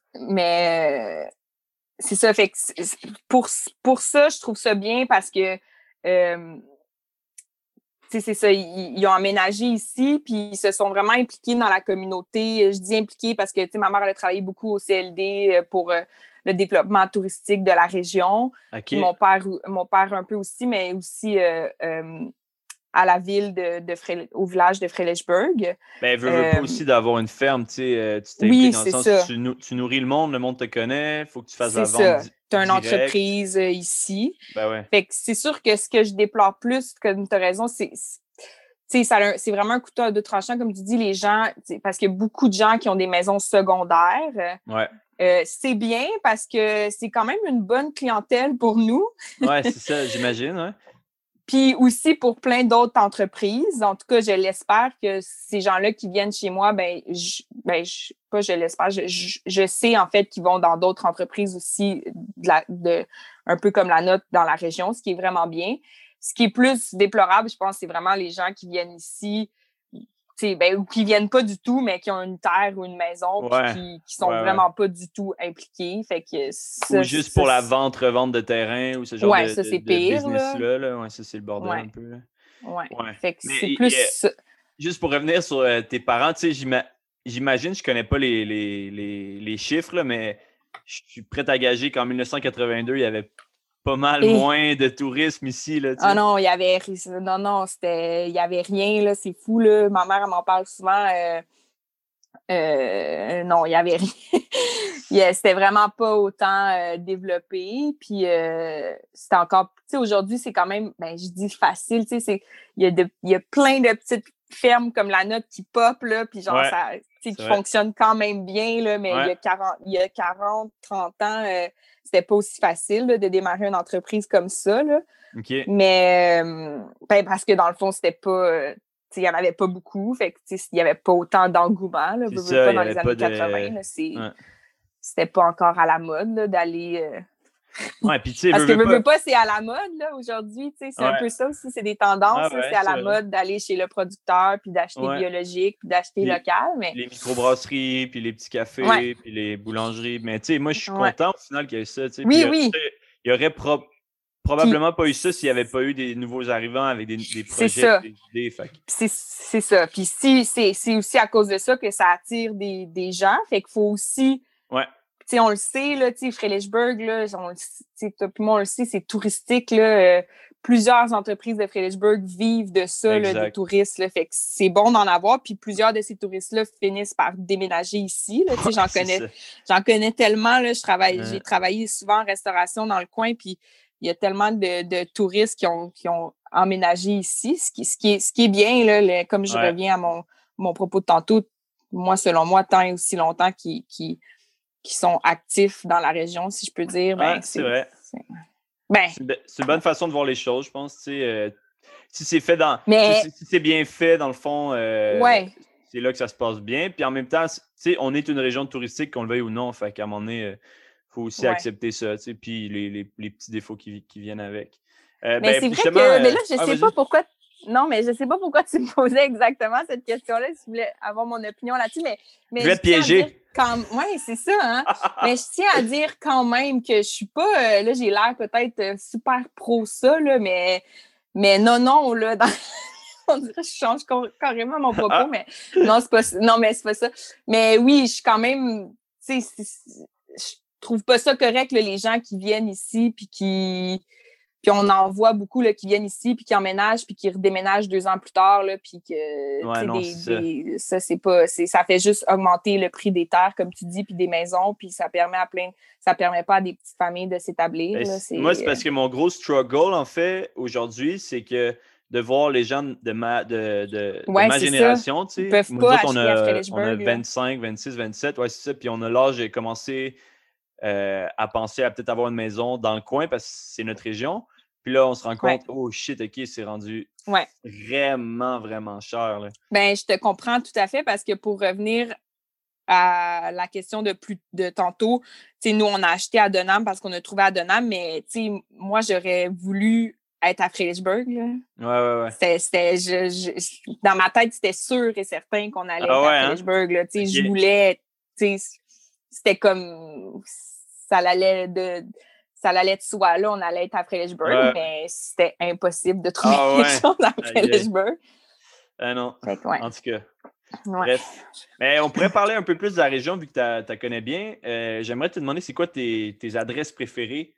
mais c'est ça, fait que pour, pour ça, je trouve ça bien parce que euh, c'est ça, ils, ils ont aménagé ici, puis ils se sont vraiment impliqués dans la communauté. Je dis impliqués parce que ma mère elle a travaillé beaucoup au C L D pour euh, le développement touristique de la région. Okay. Mon père, mon père un peu aussi, mais aussi euh, euh, à la ville de, de Fré... au village de Frelichburg. Ben, veux, veux euh... pas aussi d'avoir une ferme, tu sais, euh, tu t'impliques oui, dans le sens ça. Tu, nou- tu nourris le monde, le monde te connaît, il faut que tu fasses c'est la vente. Tu as une entreprise euh, ici. Ben ouais. Fait que c'est sûr que ce que je déplore plus, comme tu as raison, c'est, c'est, ça a, c'est vraiment un couteau à deux tranchants, comme tu dis, les gens, parce qu'il y a beaucoup de gens qui ont des maisons secondaires. Ouais. Euh, c'est bien parce que c'est quand même une bonne clientèle pour nous. Ouais, c'est ça, j'imagine, ouais. Puis aussi pour plein d'autres entreprises. En tout cas, je l'espère que ces gens-là qui viennent chez moi, ben, je, ben, je, pas je l'espère, je, je, je sais en fait qu'ils vont dans d'autres entreprises aussi, de la, de, un peu comme la nôtre dans la région, ce qui est vraiment bien. Ce qui est plus déplorable, je pense, c'est vraiment les gens qui viennent ici, ben, ou qui viennent pas du tout, mais qui ont une terre ou une maison, ouais. puis qui, qui sont ouais, vraiment ouais. pas du tout impliqués. Fait que ça, ou juste ça, pour la vente, revente de terrain ou ce genre ouais, de, ça, de, c'est de pire, business-là. là. Là. Ouais, ça, c'est le bordel ouais. un peu. Là. Ouais. ouais. Fait que mais, c'est plus... Et, juste pour revenir sur euh, tes parents, tu sais, j'ima... j'imagine, je connais pas les, les, les, les chiffres, là, mais je suis prêt à gager qu'en dix-neuf cent quatre-vingt-deux, il y avait pas mal et... moins de tourisme ici. Là, ah non, il y avait... Non, non, c'était... Il y avait rien, là, c'est fou, là. Ma mère, elle m'en parle souvent. Euh... Euh... Non, il y avait rien. yeah, c'était vraiment pas autant euh, développé. Puis euh, c'était encore... Tu sais, aujourd'hui, c'est quand même... Ben, je dis facile, tu sais, c'est... Il y a de... il y a plein de petites fermes comme la nôtre qui pop, là, puis genre, ouais, ça... Tu sais, qui vrai. fonctionne quand même bien, là, mais ouais. il y a quarante, il y a quarante, trente ans... Euh, c'était pas aussi facile là, de démarrer une entreprise comme ça. Là. Okay. Mais euh, ben, parce que dans le fond, c'était pas. Euh, il n'y en avait pas beaucoup. Fait que il n'y avait pas autant d'engouement. Là, c'est veux, ça, pas dans les années de... quatre-vingts. Là, c'est, ouais. C'était pas encore à la mode là, d'aller euh, Ouais, puis tu sais, Parce veux, que veux veux, pas... veux pas, c'est à la mode, là, aujourd'hui, tu sais, c'est ouais. un peu ça aussi, c'est des tendances, Ah ouais, c'est à la c'est mode d'aller chez le producteur, puis d'acheter ouais. biologique, puis d'acheter les, local, mais... Les microbrasseries, puis les petits cafés, Ouais. puis les boulangeries. Mais tu sais, moi, je suis Ouais. content au final qu'il y ait ça, tu sais. Oui, Puis oui. il y aurait pro- Puis, probablement pas eu ça s'il n'y avait pas eu des nouveaux arrivants avec des, des c'est projets, ça. des idées. Fait. C'est, c'est ça. Puis si, c'est, c'est aussi à cause de ça que ça attire des, des gens. Fait qu'il faut aussi... Ouais. Tu sais, on le sait, là, tu sais, Fredericksburg, là, on le sait, toi puis moi, on le sait, c'est touristique, là. Euh, plusieurs entreprises de Fredericksburg vivent de ça, là, des touristes, là. Fait que c'est bon d'en avoir. Puis plusieurs de ces touristes-là finissent par déménager ici, là. Tu sais, j'en connais, j'en connais tellement, là. Je travaille, ouais. J'ai travaillé souvent en restauration dans le coin, puis il y a tellement de, de touristes qui ont, qui ont emménagé ici, ce qui, ce qui, est, ce qui est bien, là, le, comme je ouais. reviens à mon, mon propos de tantôt, moi, selon moi, tant et aussi longtemps qu'ils, qu'ils, qui sont actifs dans la région, si je peux dire. Ben, ouais, c'est, c'est vrai. C'est, ben, c'est, une, c'est une bonne façon de voir les choses, je pense. Tu sais, euh, si c'est fait dans, mais, si, si c'est bien fait, dans le fond, euh, ouais. c'est là que ça se passe bien. Puis en même temps, tu sais, on est une région touristique, qu'on le veuille ou non. Fait qu'à un moment donné, il euh, faut aussi ouais. accepter ça, tu sais, puis les, les, les petits défauts qui, qui viennent avec. Euh, mais ben, c'est vrai que, euh, mais là, je ah, sais vas-y. pas pourquoi. Non, mais je sais pas pourquoi tu me posais exactement cette question-là, si tu voulais avoir mon opinion là-dessus, mais... mais je vais te piéger. Quand... Oui, c'est ça, hein? Mais je tiens à dire quand même que je suis pas... Euh, là, j'ai l'air peut-être super pro ça, là, mais, mais non, non, là, dans... on dirait que je change carrément mon propos, ah. mais non, c'est pas non, mais c'est pas ça. Mais oui, je suis quand même... Tu sais, je trouve pas ça correct, là, les gens qui viennent ici puis qui... Puis on en voit beaucoup là, qui viennent ici, puis qui emménagent, puis qui redéménagent deux ans plus tard, là, puis que ouais, non, des, c'est des, ça, c'est pas. C'est, ça fait juste augmenter le prix des terres, comme tu dis, puis des maisons, puis ça permet à plein. Ça permet pas à des petites familles de s'établir. Ben, là, c'est, moi, c'est parce que mon gros struggle, en fait, aujourd'hui, c'est que de voir les gens de ma, de, de, ouais, de ma génération, tu sais. Ils peuvent nous pas autres, on a, on a là. vingt-cinq, vingt-six, vingt-sept, ouais, c'est ça. Puis on a l'âge de commencer euh, à penser à peut-être avoir une maison dans le coin parce que c'est notre région. Puis là, on se rend compte, ouais. oh shit, OK, c'est rendu ouais. vraiment, vraiment cher. Là. Ben, je te comprends tout à fait parce que pour revenir à la question de plus de tantôt, tu sais, nous, on a acheté à Denham parce qu'on a trouvé à Denham, mais tu sais, moi, j'aurais voulu être à Fredericksburg. Là. Ouais, ouais, ouais. C'était, c'était, je, je, dans ma tête, c'était sûr et certain qu'on allait ah, être ouais, à Fredericksburg. Là. Tu sais, okay. Je voulais, tu sais, c'était comme, ça allait de... ça allait de soi, là, on allait être à Fredericksburg, ouais. mais c'était impossible de trouver ah, ouais. quelque chose à Fredericksburg. Ah non, fait que, ouais. en tout cas. Ouais. Bref. Mais on pourrait parler un peu plus de la région, vu que tu la connais bien. Euh, j'aimerais te demander, c'est quoi tes, tes adresses préférées?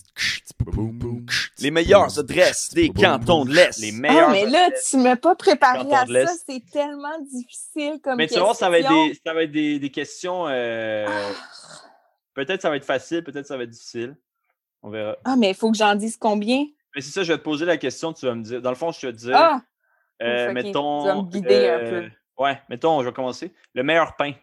Les meilleures adresses des cantons de l'Est. Les meilleures ah, mais là, tu ne m'as pas préparé à ça. C'est tellement difficile comme mais question. Mais tu vas voir, ça va être des, ça va être des, des questions... Euh... Ah. Peut-être ça va être facile, peut-être ça va être difficile. On verra. Ah, mais il faut que j'en dise combien? Mais c'est ça, je vais te poser la question, tu vas me dire. Dans le fond, je te dis. Ah! Euh, Ouf, okay. mettons. Tu vas me guider euh, un peu. Ouais, mettons, je vais commencer. Le meilleur pain.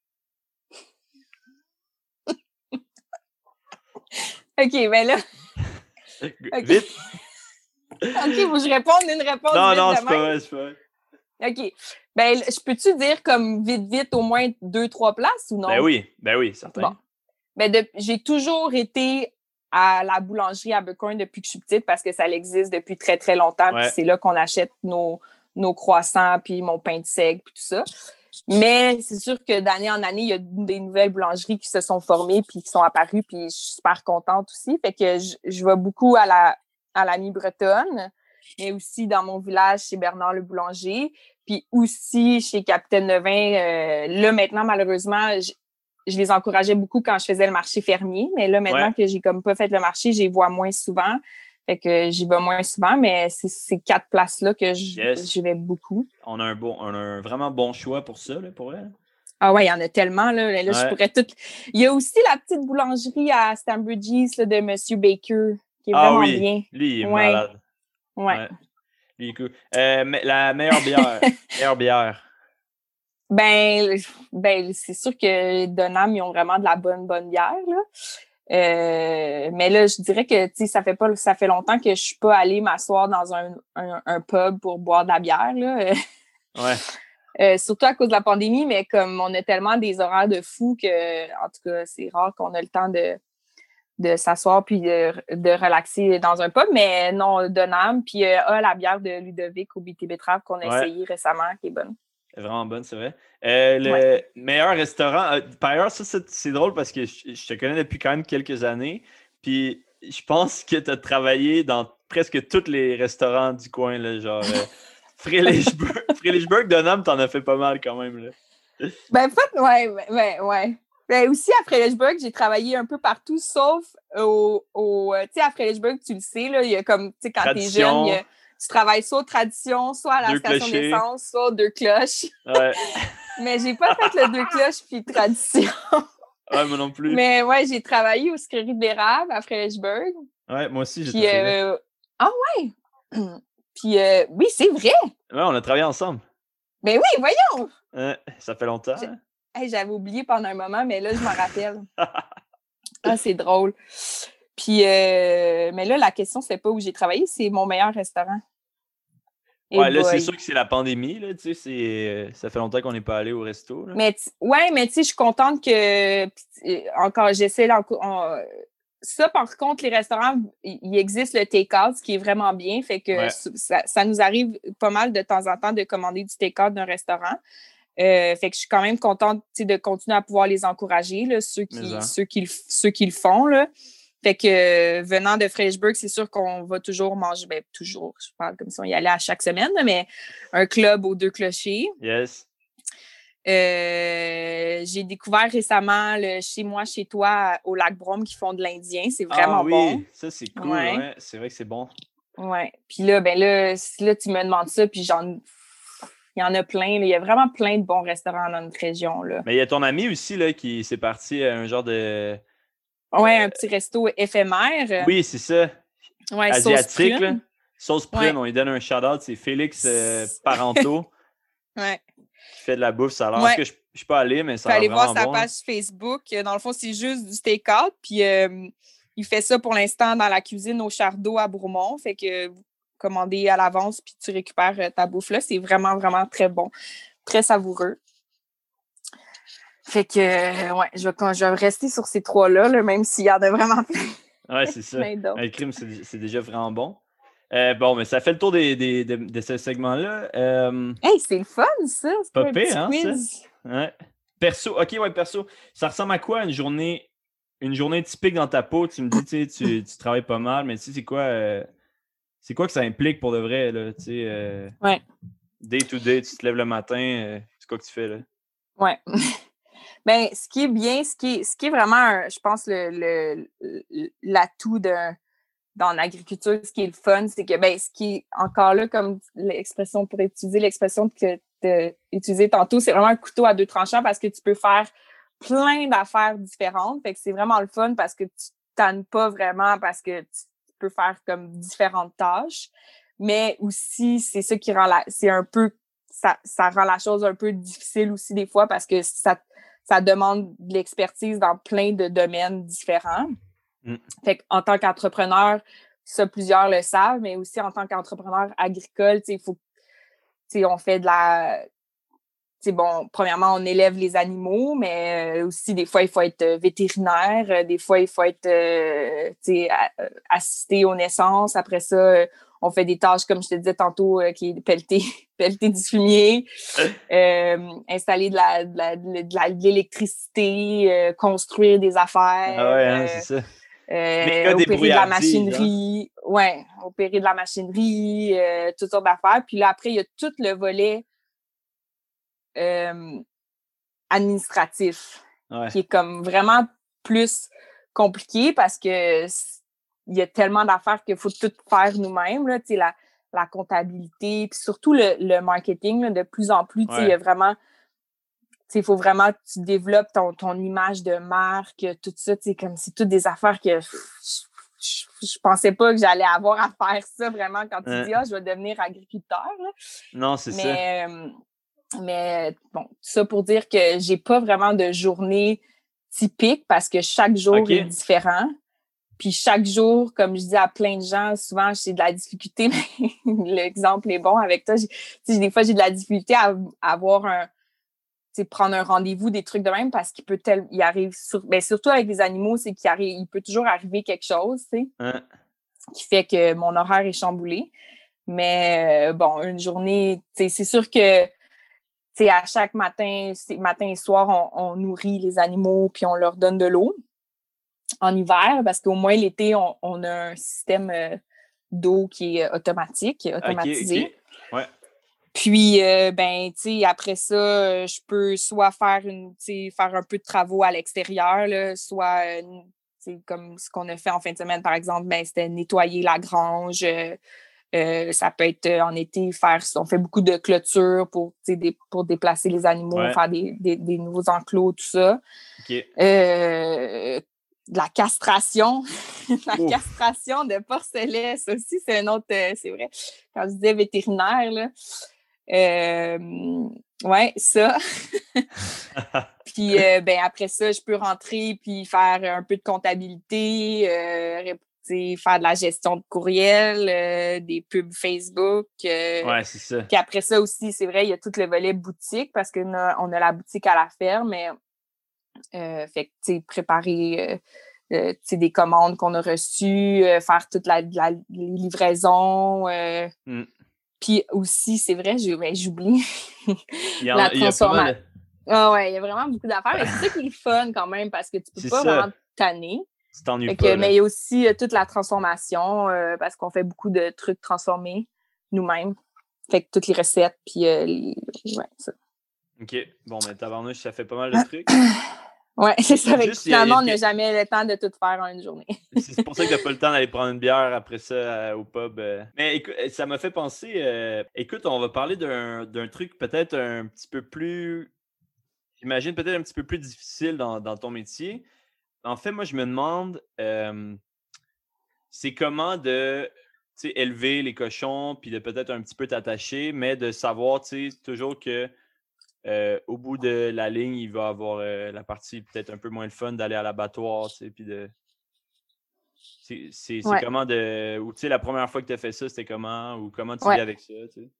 OK, ben là. Okay. Vite! OK, faut que je réponde une réponse. Non, vite non, de c'est pas vrai, c'est pas vrai. OK. Ben, je peux-tu dire comme vite, vite, au moins deux, trois places ou non? Ben oui, ben oui, certain. Bon. Ben, de, j'ai toujours été à la boulangerie Abercorn depuis que je suis petite parce que ça existe depuis très, très longtemps. Ouais. Puis c'est là qu'on achète nos, nos croissants, puis mon pain de seigle, puis tout ça. Mais c'est sûr que d'année en année, il y a des nouvelles boulangeries qui se sont formées puis qui sont apparues, puis je suis super contente aussi. Fait que je, je vais beaucoup à la, à la Mi-Bretonne, mais aussi dans mon village chez Bernard le boulanger, puis aussi chez Capitaine Nevin. Euh, là, maintenant, malheureusement, je, je les encourageais beaucoup quand je faisais le marché fermier, mais là, maintenant ouais. que j'ai comme pas fait le marché, j'y vois moins souvent. Fait que j'y vais moins souvent, mais c'est ces quatre places-là que je, yes. je vais beaucoup. On a un bon, on a un vraiment bon choix pour ça, là, pour elle. Ah ouais, il y en a tellement, là. Là, ouais. je pourrais tout. Il y a aussi la petite boulangerie à Stambridge là, de Monsieur Baker, qui est ah, vraiment oui. bien. Lui, il est ouais. malade. Ouais. ouais. Lui, il est cool. Euh, mais la meilleure bière. meilleure bière. Ben, ben c'est sûr que Denham, ils ont vraiment de la bonne, bonne bière, là. Euh, mais là, je dirais que, tu sais, ça fait pas, ça fait longtemps que je suis pas allée m'asseoir dans un, un, un pub pour boire de la bière, là. Ouais. Euh, surtout à cause de la pandémie, mais comme on a tellement des horaires de fou que, en tout cas, c'est rare qu'on a le temps de, de s'asseoir puis de, de relaxer dans un pub, mais non de Nam. Puis euh, ah, la bière de Ludovic au B T Betrave qu'on a Ouais. essayé récemment, qui est bonne. C'est vraiment bonne, c'est vrai. Euh, le Ouais. meilleur restaurant. euh, par ailleurs, ça, c'est, c'est drôle parce que je, je te connais depuis quand même quelques années. Puis je pense que tu as travaillé dans presque tous les restaurants du coin, là, genre euh, Frelichburg. Frelichburg de Nam, t'en as fait pas mal quand même. Là. Ben, en fait, ouais, ouais, ouais. Ben, aussi, à Frelichburg, j'ai travaillé un peu partout, sauf au. au euh, tu sais, à Frelichburg, tu le sais, là, il y a comme, tu sais, quand t'es jeune, il y a, tu travailles soit aux traditions, soit à la deux station clochers. d'essence, soit aux deux cloches. Ouais. Mais j'ai pas fait le deux cloches puis tradition. Ouais, moi non plus. Mais ouais, j'ai travaillé aux sucreries d'érable à Frelichburg. Ouais, moi aussi, j'ai Puis, travaillé là. euh... ah ouais! Puis, euh, oui, c'est vrai! Ouais, on a travaillé ensemble. Ben oui, voyons! Ouais, ça fait longtemps. J'ai- Hein? Hey, j'avais oublié pendant un moment, mais là, je m'en rappelle. Ah, c'est drôle. Puis, euh... mais là, la question, c'est pas où j'ai travaillé, c'est mon meilleur restaurant. Ouais, Eh là, c'est boy. sûr que c'est la pandémie, là, tu sais, c'est... euh, ça fait longtemps qu'on n'est pas allé au resto, là. Mais t- ouais, mais tu sais, je suis contente que pis, euh, encore, j'essaie d'enco- on- ça, par contre, les restaurants, il il existe le take-out, ce qui est vraiment bien. Fait que Ouais. ça, ça nous arrive pas mal de temps en temps de commander du take-out d'un restaurant. Euh, fait que je suis quand même contente, tu sais, de continuer à pouvoir les encourager, là, ceux Mais qui, en. ceux qui, le- ceux qui le font, là. Fait que euh, venant de Freshburg, c'est sûr qu'on va toujours manger, ben toujours, je parle comme si on y allait à chaque semaine, là, mais un club aux deux clochers. Yes. Euh, j'ai découvert récemment le Chez moi, chez toi au Lac Brome qui font de l'Indien. C'est vraiment Ah oui, bon. ça c'est cool, Ouais. ouais. C'est vrai que c'est bon. Ouais. Puis là, ben là, si là, tu me demandes ça, puis j'en. Il y en a plein. Là. Il y a vraiment plein de bons restaurants dans notre région. Là. Mais il y a ton ami aussi, là, qui s'est parti à un genre de... Ouais, un petit resto éphémère. Oui, c'est ça. Ouais, sauce Asiatique, là. prune. Sauce prune, Ouais. on lui donne un shout-out. C'est Félix euh, Parenteau Ouais. qui fait de la bouffe. Ça a l'air... Ouais. En tout cas, je je suis pas allé, mais Tu ça peux a aller l'air voir vraiment sa bon. page Facebook. Dans le fond, c'est juste du take-out. Puis euh, il fait ça pour l'instant dans la cuisine au Chardot à Bourmont. Fait que vous commandez à l'avance puis tu récupères euh, ta bouffe là. C'est vraiment, vraiment très bon. Très savoureux. Fait que, euh, ouais, je vais, je vais rester sur ces trois-là, là, même s'il y en a vraiment plein. Ouais, c'est ça. plein d'autres. Le crime, c'est c'est déjà vraiment bon. Euh, bon, mais ça fait le tour des, des, de, de ce segment-là. Euh, Hey, c'est le fun, ça! C'est pas pas un pire, petit hein, quiz. ça? Ouais. Perso, ok, ouais, perso. Ça ressemble à quoi une journée, une journée typique dans ta peau? Tu me dis, tu sais, tu, tu travailles pas mal, mais tu sais, c'est quoi, euh, c'est quoi que ça implique pour de vrai, là? Tu sais, euh, Ouais. day to day, tu te lèves le matin, euh, c'est quoi que tu fais, là? Ouais. Ben, ce qui est bien, ce qui est, ce qui est vraiment, un, je pense, le, le, l'atout de, dans l'agriculture, ce qui est le fun, c'est que, ben, ce qui est encore là, comme l'expression, pour utiliser l'expression que tu as utilisée tantôt, c'est vraiment un couteau à deux tranchants parce que tu peux faire plein d'affaires différentes. Fait que c'est vraiment le fun parce que tu tannes pas vraiment parce que tu peux faire comme différentes tâches. Mais aussi, c'est ça qui rend la, c'est un peu, ça, ça rend la chose un peu difficile aussi des fois parce que ça, ça demande de l'expertise dans plein de domaines différents. Mm. Fait qu'en tant qu'entrepreneur, ça, plusieurs le savent, mais aussi en tant qu'entrepreneur agricole, tu sais, il faut, tu sais, on fait de la, tu sais, bon, premièrement, on élève les animaux, mais aussi, des fois, il faut être vétérinaire, des fois, il faut être, euh, tu sais, assisté aux naissances. Après ça, on fait des tâches, comme je te disais tantôt, euh, qui est pelleter, pelleter du fumier, euh, installer de, la, de, la, de, la, de l'électricité, euh, construire des affaires. Ah ouais, hein, euh, c'est ça. Euh, opérer de la machinerie, hein? Ouais, opérer de la machinerie, euh, toutes sortes d'affaires. Puis là, après, il y a tout le volet euh, administratif, ouais. qui est comme vraiment plus compliqué parce que il y a tellement d'affaires qu'il faut tout faire nous-mêmes, là, tu sais, la, la comptabilité, puis surtout le, le marketing, là, de plus en plus, tu sais, il y a vraiment, tu sais, il faut vraiment que tu développes ton, ton image de marque, tout ça, tu sais, comme c'est toutes des affaires que je, je, je pensais pas que j'allais avoir à faire ça vraiment quand tu euh. dis, ah, je vais devenir agriculteur, là. Non, c'est mais, ça. Euh, mais bon, tout ça pour dire que j'ai pas vraiment de journée typique parce que chaque jour okay. est différent. Puis chaque jour, comme je dis à plein de gens, souvent j'ai de la difficulté, mais l'exemple est bon avec toi. J'ai, des fois, j'ai de la difficulté à, à avoir un, prendre un rendez-vous, des trucs de même, parce qu'il peut tel, il arrive, sur, ben, surtout avec les animaux, c'est qu'il arrive, il peut toujours arriver quelque chose, tu sais, Hein? qui fait que mon horaire est chamboulé. Mais euh, bon, une journée, tu sais, c'est sûr que tu sais, à chaque matin, matin et soir, on, on nourrit les animaux puis on leur donne de l'eau en hiver, parce qu'au moins l'été, on, on a un système euh, d'eau qui est automatique, automatisé. OK, OK. Ouais. Puis, euh, ben, tu sais, après ça, euh, je peux soit faire une, tu sais, faire un peu de travaux à l'extérieur, là, soit, euh, tu sais, comme ce qu'on a fait en fin de semaine, par exemple, ben, c'était nettoyer la grange. Euh, euh, ça peut être euh, en été, faire, on fait beaucoup de clôtures pour, tu sais, des, pour déplacer les animaux, Ouais. faire des, des, des nouveaux enclos, tout ça. OK. Euh, de la castration, la Ouf. castration de porcelets, ça aussi, c'est un autre, euh, c'est vrai, quand je disais vétérinaire, là. Euh, ouais, ça. Puis, euh, ben, après ça, je peux rentrer puis faire un peu de comptabilité, euh, faire de la gestion de courriel, euh, des pubs Facebook. Euh, ouais, c'est ça. Puis après ça aussi, c'est vrai, il y a tout le volet boutique parce qu'on a, on a la boutique à la ferme, mais euh, fait que, tu sais, préparer euh, euh, tu sais, des commandes qu'on a reçues, euh, faire toute la, la livraison. Euh, mm. Puis aussi, c'est vrai, j'ai, ben, j'oublie il y en, la transformation. Ah ouais, il y a vraiment beaucoup d'affaires, mais c'est ça qui est le fun quand même parce que tu peux c'est pas ça. vraiment te tanner. Tu t'ennuies Fait pas. que, Là. mais il y a aussi euh, toute la transformation euh, parce qu'on fait beaucoup de trucs transformés nous-mêmes. Fait que toutes les recettes, puis euh, les... ouais, ça. OK. Bon, mais tabarnouche, ça fait pas mal de trucs. Ouais, c'est ça. Fait que Juste, il y a- finalement, il y a- on n'a jamais le temps de tout faire en une journée. C'est pour ça que t'as pas le temps d'aller prendre une bière après ça euh, au pub. euh. Mais écoute, ça m'a fait penser. euh, Écoute, on va parler d'un d'un truc peut-être un petit peu plus. J'imagine peut-être un petit peu plus difficile dans, dans ton métier. En fait, moi, je me demande, euh, c'est comment de tu sais, élever les cochons, puis de peut-être un petit peu t'attacher, mais de savoir, tu sais, toujours que euh, au bout de la ligne, il va avoir euh, la partie peut-être un peu moins le fun d'aller à l'abattoir, tu sais, puis de. C'est, c'est, c'est Ouais. comment de. Ou tu sais, la première fois que tu as fait ça, c'était comment? Ou comment tu Ouais. vis avec ça, tu sais?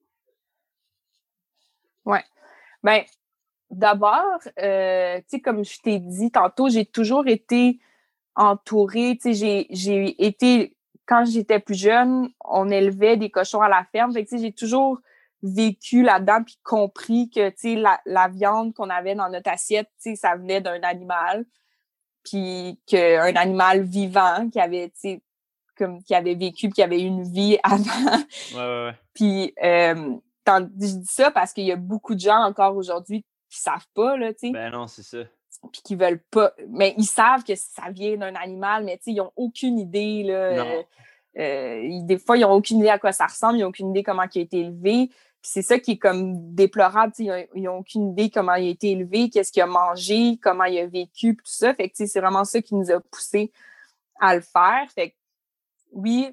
Ouais. Ben, d'abord, euh, tu sais, comme je t'ai dit tantôt, j'ai toujours été entourée. Tu sais, j'ai, j'ai été. Quand j'étais plus jeune, on élevait des cochons à la ferme. Fait que, tu sais, j'ai toujours vécu là-dedans puis compris que, tu sais, la, la viande qu'on avait dans notre assiette, tu sais, ça venait d'un animal. Puis qu'un animal vivant qui avait, tu sais, comme qui avait vécu, puis qui avait une vie avant. Ouais, ouais, ouais. Puis euh, je dis ça parce qu'il y a beaucoup de gens encore aujourd'hui qui savent pas, là, tu sais. Ben non, c'est ça. Puis qui veulent pas. Mais ils savent que ça vient d'un animal, mais tu sais, ils ont aucune idée, là. Non. Euh, euh, des fois, ils ont aucune idée à quoi ça ressemble, ils ont aucune idée comment il a été élevé. Puis c'est ça qui est comme déplorable, tu sais, ils ont aucune idée comment il a été élevé, qu'est-ce qu'il a mangé, comment il a vécu, tout ça. Fait que, tu sais, c'est vraiment ça qui nous a poussés à le faire. Fait que, oui,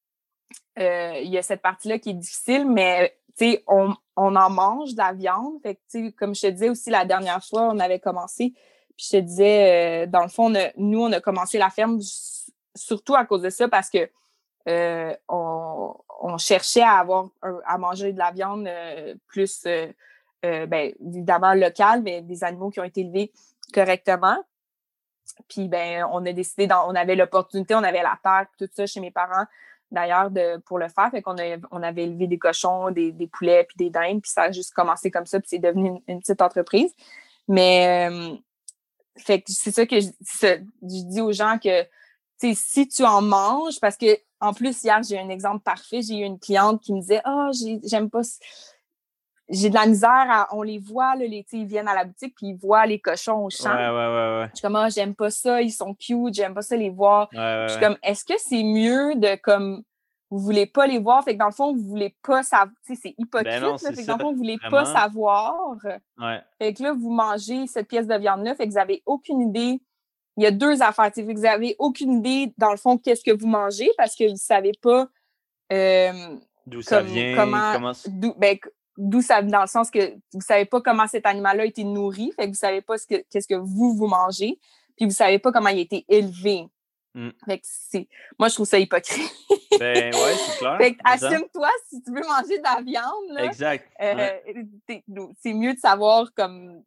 euh, il y a cette partie-là qui est difficile, mais tu sais, on, on en mange de la viande. Fait que, tu sais, comme je te disais aussi la dernière fois, on avait commencé, puis je te disais, euh, dans le fond, on a, nous, on a commencé la ferme surtout à cause de ça, parce que euh, on, on cherchait à avoir un, à manger de la viande euh, plus, euh, euh, ben, évidemment locale, mais des animaux qui ont été élevés correctement. Puis, ben, on a décidé, dans, on avait l'opportunité, on avait la terre, tout ça chez mes parents, d'ailleurs, de, pour le faire. Fait qu'on a, on avait élevé des cochons, des, des poulets, puis des dindes, puis ça a juste commencé comme ça, puis c'est devenu une, une petite entreprise. Mais, euh, fait que c'est ça que je, ça, je dis aux gens que, tu sais, si tu en manges, parce que, en plus, hier, j'ai un exemple parfait. J'ai eu une cliente qui me disait, ah, oh, j'aime pas, j'ai de la misère à, on les voit, là, les, ils viennent à la boutique, puis ils voient les cochons au champ. Ouais, ouais, ouais, ouais. Je suis comme, ah, j'aime pas ça, ils sont cute, j'aime pas ça les voir. Ouais, ouais, je suis ouais. comme, est-ce que c'est mieux de, comme, vous voulez pas les voir, fait que dans le fond, vous voulez pas savoir, tu sais, c'est hypocrite, Ben non, là, c'est fait que ça, dans le fond, vous voulez vraiment. pas savoir. Ouais. Fait que là, vous mangez cette pièce de viande-là, fait que vous avez aucune idée. Il y a deux affaires, tu sais, vous avez aucune idée, dans le fond, qu'est-ce que vous mangez, parce que vous savez pas, euh, d'où ça comme, vient, comment, comment... d'où, ben, d'où ça vient, dans le sens que vous savez pas comment cet animal-là a été nourri, fait que vous savez pas ce que, qu'est-ce que vous, vous mangez, puis vous savez pas comment il a été élevé. Mm. Fait que c'est... Moi, je trouve ça hypocrite. Ben ouais, c'est clair. Fait que assume-toi, si tu veux manger de la viande, là, exact. euh, Ouais. c'est mieux de savoir comme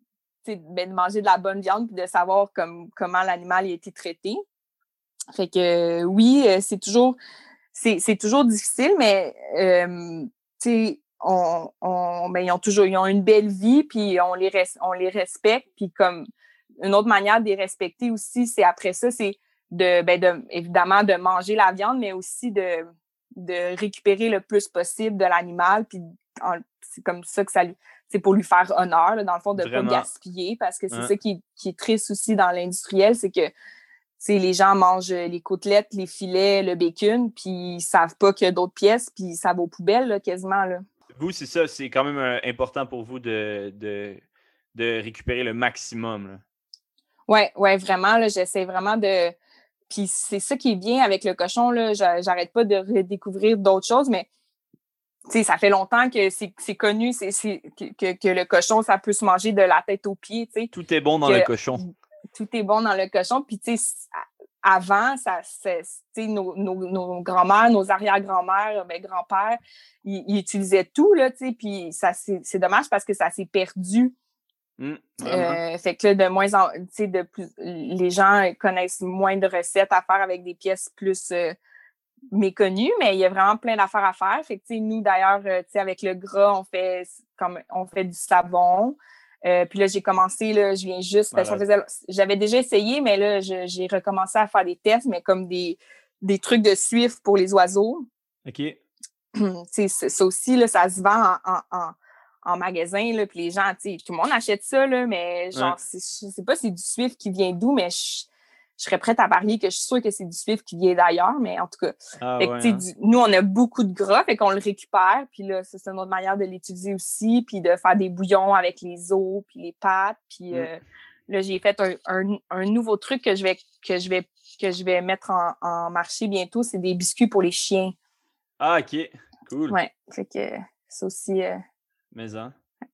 ben, de manger de la bonne viande puis de savoir comme, comment l'animal a été traité. Fait que oui, c'est toujours c'est, c'est toujours difficile, mais euh, tu sais, on, on, ben, ils ont toujours ils ont une belle vie, puis on les, res, on les respecte. Puis comme une autre manière de les respecter aussi, c'est après ça, c'est de, ben, de évidemment de manger la viande, mais aussi de, de récupérer le plus possible de l'animal. Puis en, c'est comme ça que ça lui. C'est pour lui faire honneur, là, dans le fond, de ne pas gaspiller, parce que c'est hein. ça qui, qui est triste aussi dans l'industriel, c'est que les gens mangent les côtelettes, les filets, le bacon, puis ils savent pas qu'il y a d'autres pièces, puis ça va aux poubelles, là, quasiment. Là. Vous, c'est ça, c'est quand même euh, important pour vous de, de, de récupérer le maximum. Oui, ouais, vraiment, là, j'essaie vraiment de... Puis c'est ça qui est bien avec le cochon, là, j'arrête pas de redécouvrir d'autres choses, mais t'sais, ça fait longtemps que c'est, c'est connu c'est, c'est, que, que le cochon, ça peut se manger de la tête aux pieds. T'sais, tout est bon dans que, le cochon. Tout est bon dans le cochon. Puis, tu sais, avant, ça, c'est, nos, nos, nos grands-mères, nos arrière-grands-mères, ben, grands-pères, ils, ils utilisaient tout, là, tu sais, puis ça, c'est, c'est dommage parce que ça s'est perdu. Mmh, euh, fait que là, de moins en, tu sais, de plus, les gens connaissent moins de recettes à faire avec des pièces plus euh, méconnues, mais il y a vraiment plein d'affaires à faire. Fait que, tu sais, nous, d'ailleurs, euh, tu sais, avec le gras, on fait, comme, on fait du savon. Euh, puis là, j'ai commencé, là, je viens juste, parce que ça faisait, j'avais déjà essayé, mais là, je, j'ai recommencé à faire des tests, mais comme des, des trucs de suif pour les oiseaux. OK. Tu sais, ça aussi, là, ça se vend en, en, en, en magasin, là, puis les gens, tu sais, tout le monde achète ça, là, mais genre, ouais. c'est, je sais pas si c'est du suif qui vient d'où, mais je, je serais prête à parier que je suis sûre que c'est du suif qui vient d'ailleurs, mais en tout cas, ah, fait ouais, que, hein. du, nous, on a beaucoup de gras, fait qu'on le récupère, puis là, ça, c'est une autre manière de l'utiliser aussi, puis de faire des bouillons avec les os, puis les pâtes, puis mm. euh, là, j'ai fait un, un, un nouveau truc que je vais que je vais que je vais mettre en, en marché bientôt, c'est des biscuits pour les chiens. Ah, OK, cool. Ouais, fait que ça aussi... Euh... Mais hein.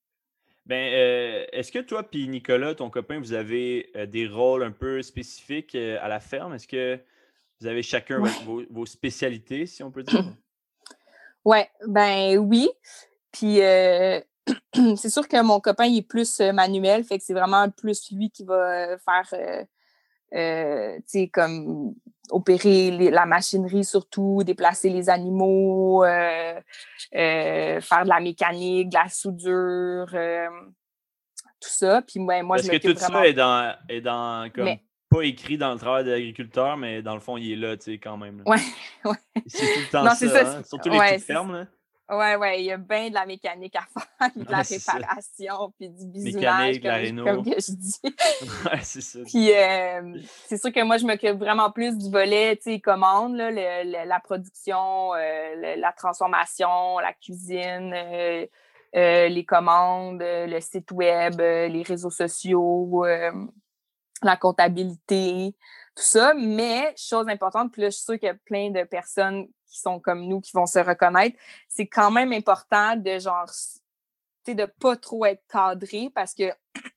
Ben, euh, est-ce que toi puis Nicolas, ton copain, vous avez euh, des rôles un peu spécifiques euh, à la ferme? Est-ce que vous avez chacun ouais. vos, vos spécialités, si on peut dire? Ouais, ben oui. Puis euh, c'est sûr que mon copain, il est plus euh, manuel, fait que c'est vraiment plus lui qui va faire, euh, euh, tu sais, comme opérer les, la machinerie surtout, déplacer les animaux, euh, euh, faire de la mécanique, de la soudure, euh, tout ça. Puis ouais, moi, Parce je que tout vraiment... ça est dans, est dans comme mais... pas écrit dans le travail de l'agriculteur, mais dans le fond, il est là, tu sais, quand même. Là. Ouais, ouais. C'est tout le temps non, ça, c'est ça hein? Surtout les ouais, petites fermes, là. Ouais, ouais, il y a bien de la mécanique à faire, puis de la ouais, réparation, puis du bisounnage, mécanique, comme, la je, comme que je dis. ouais, c'est ça. Puis euh, c'est sûr que moi, je m'occupe vraiment plus du volet, tu sais, commande, là, le, le, la production, euh, le, la transformation, la cuisine, euh, euh, les commandes, le site web, euh, les réseaux sociaux, euh, la comptabilité, tout ça. Mais, chose importante, puis là, je suis sûre qu'il y a plein de personnes qui sont comme nous, qui vont se reconnaître, c'est quand même important de genre, tu sais, de pas trop être cadré parce que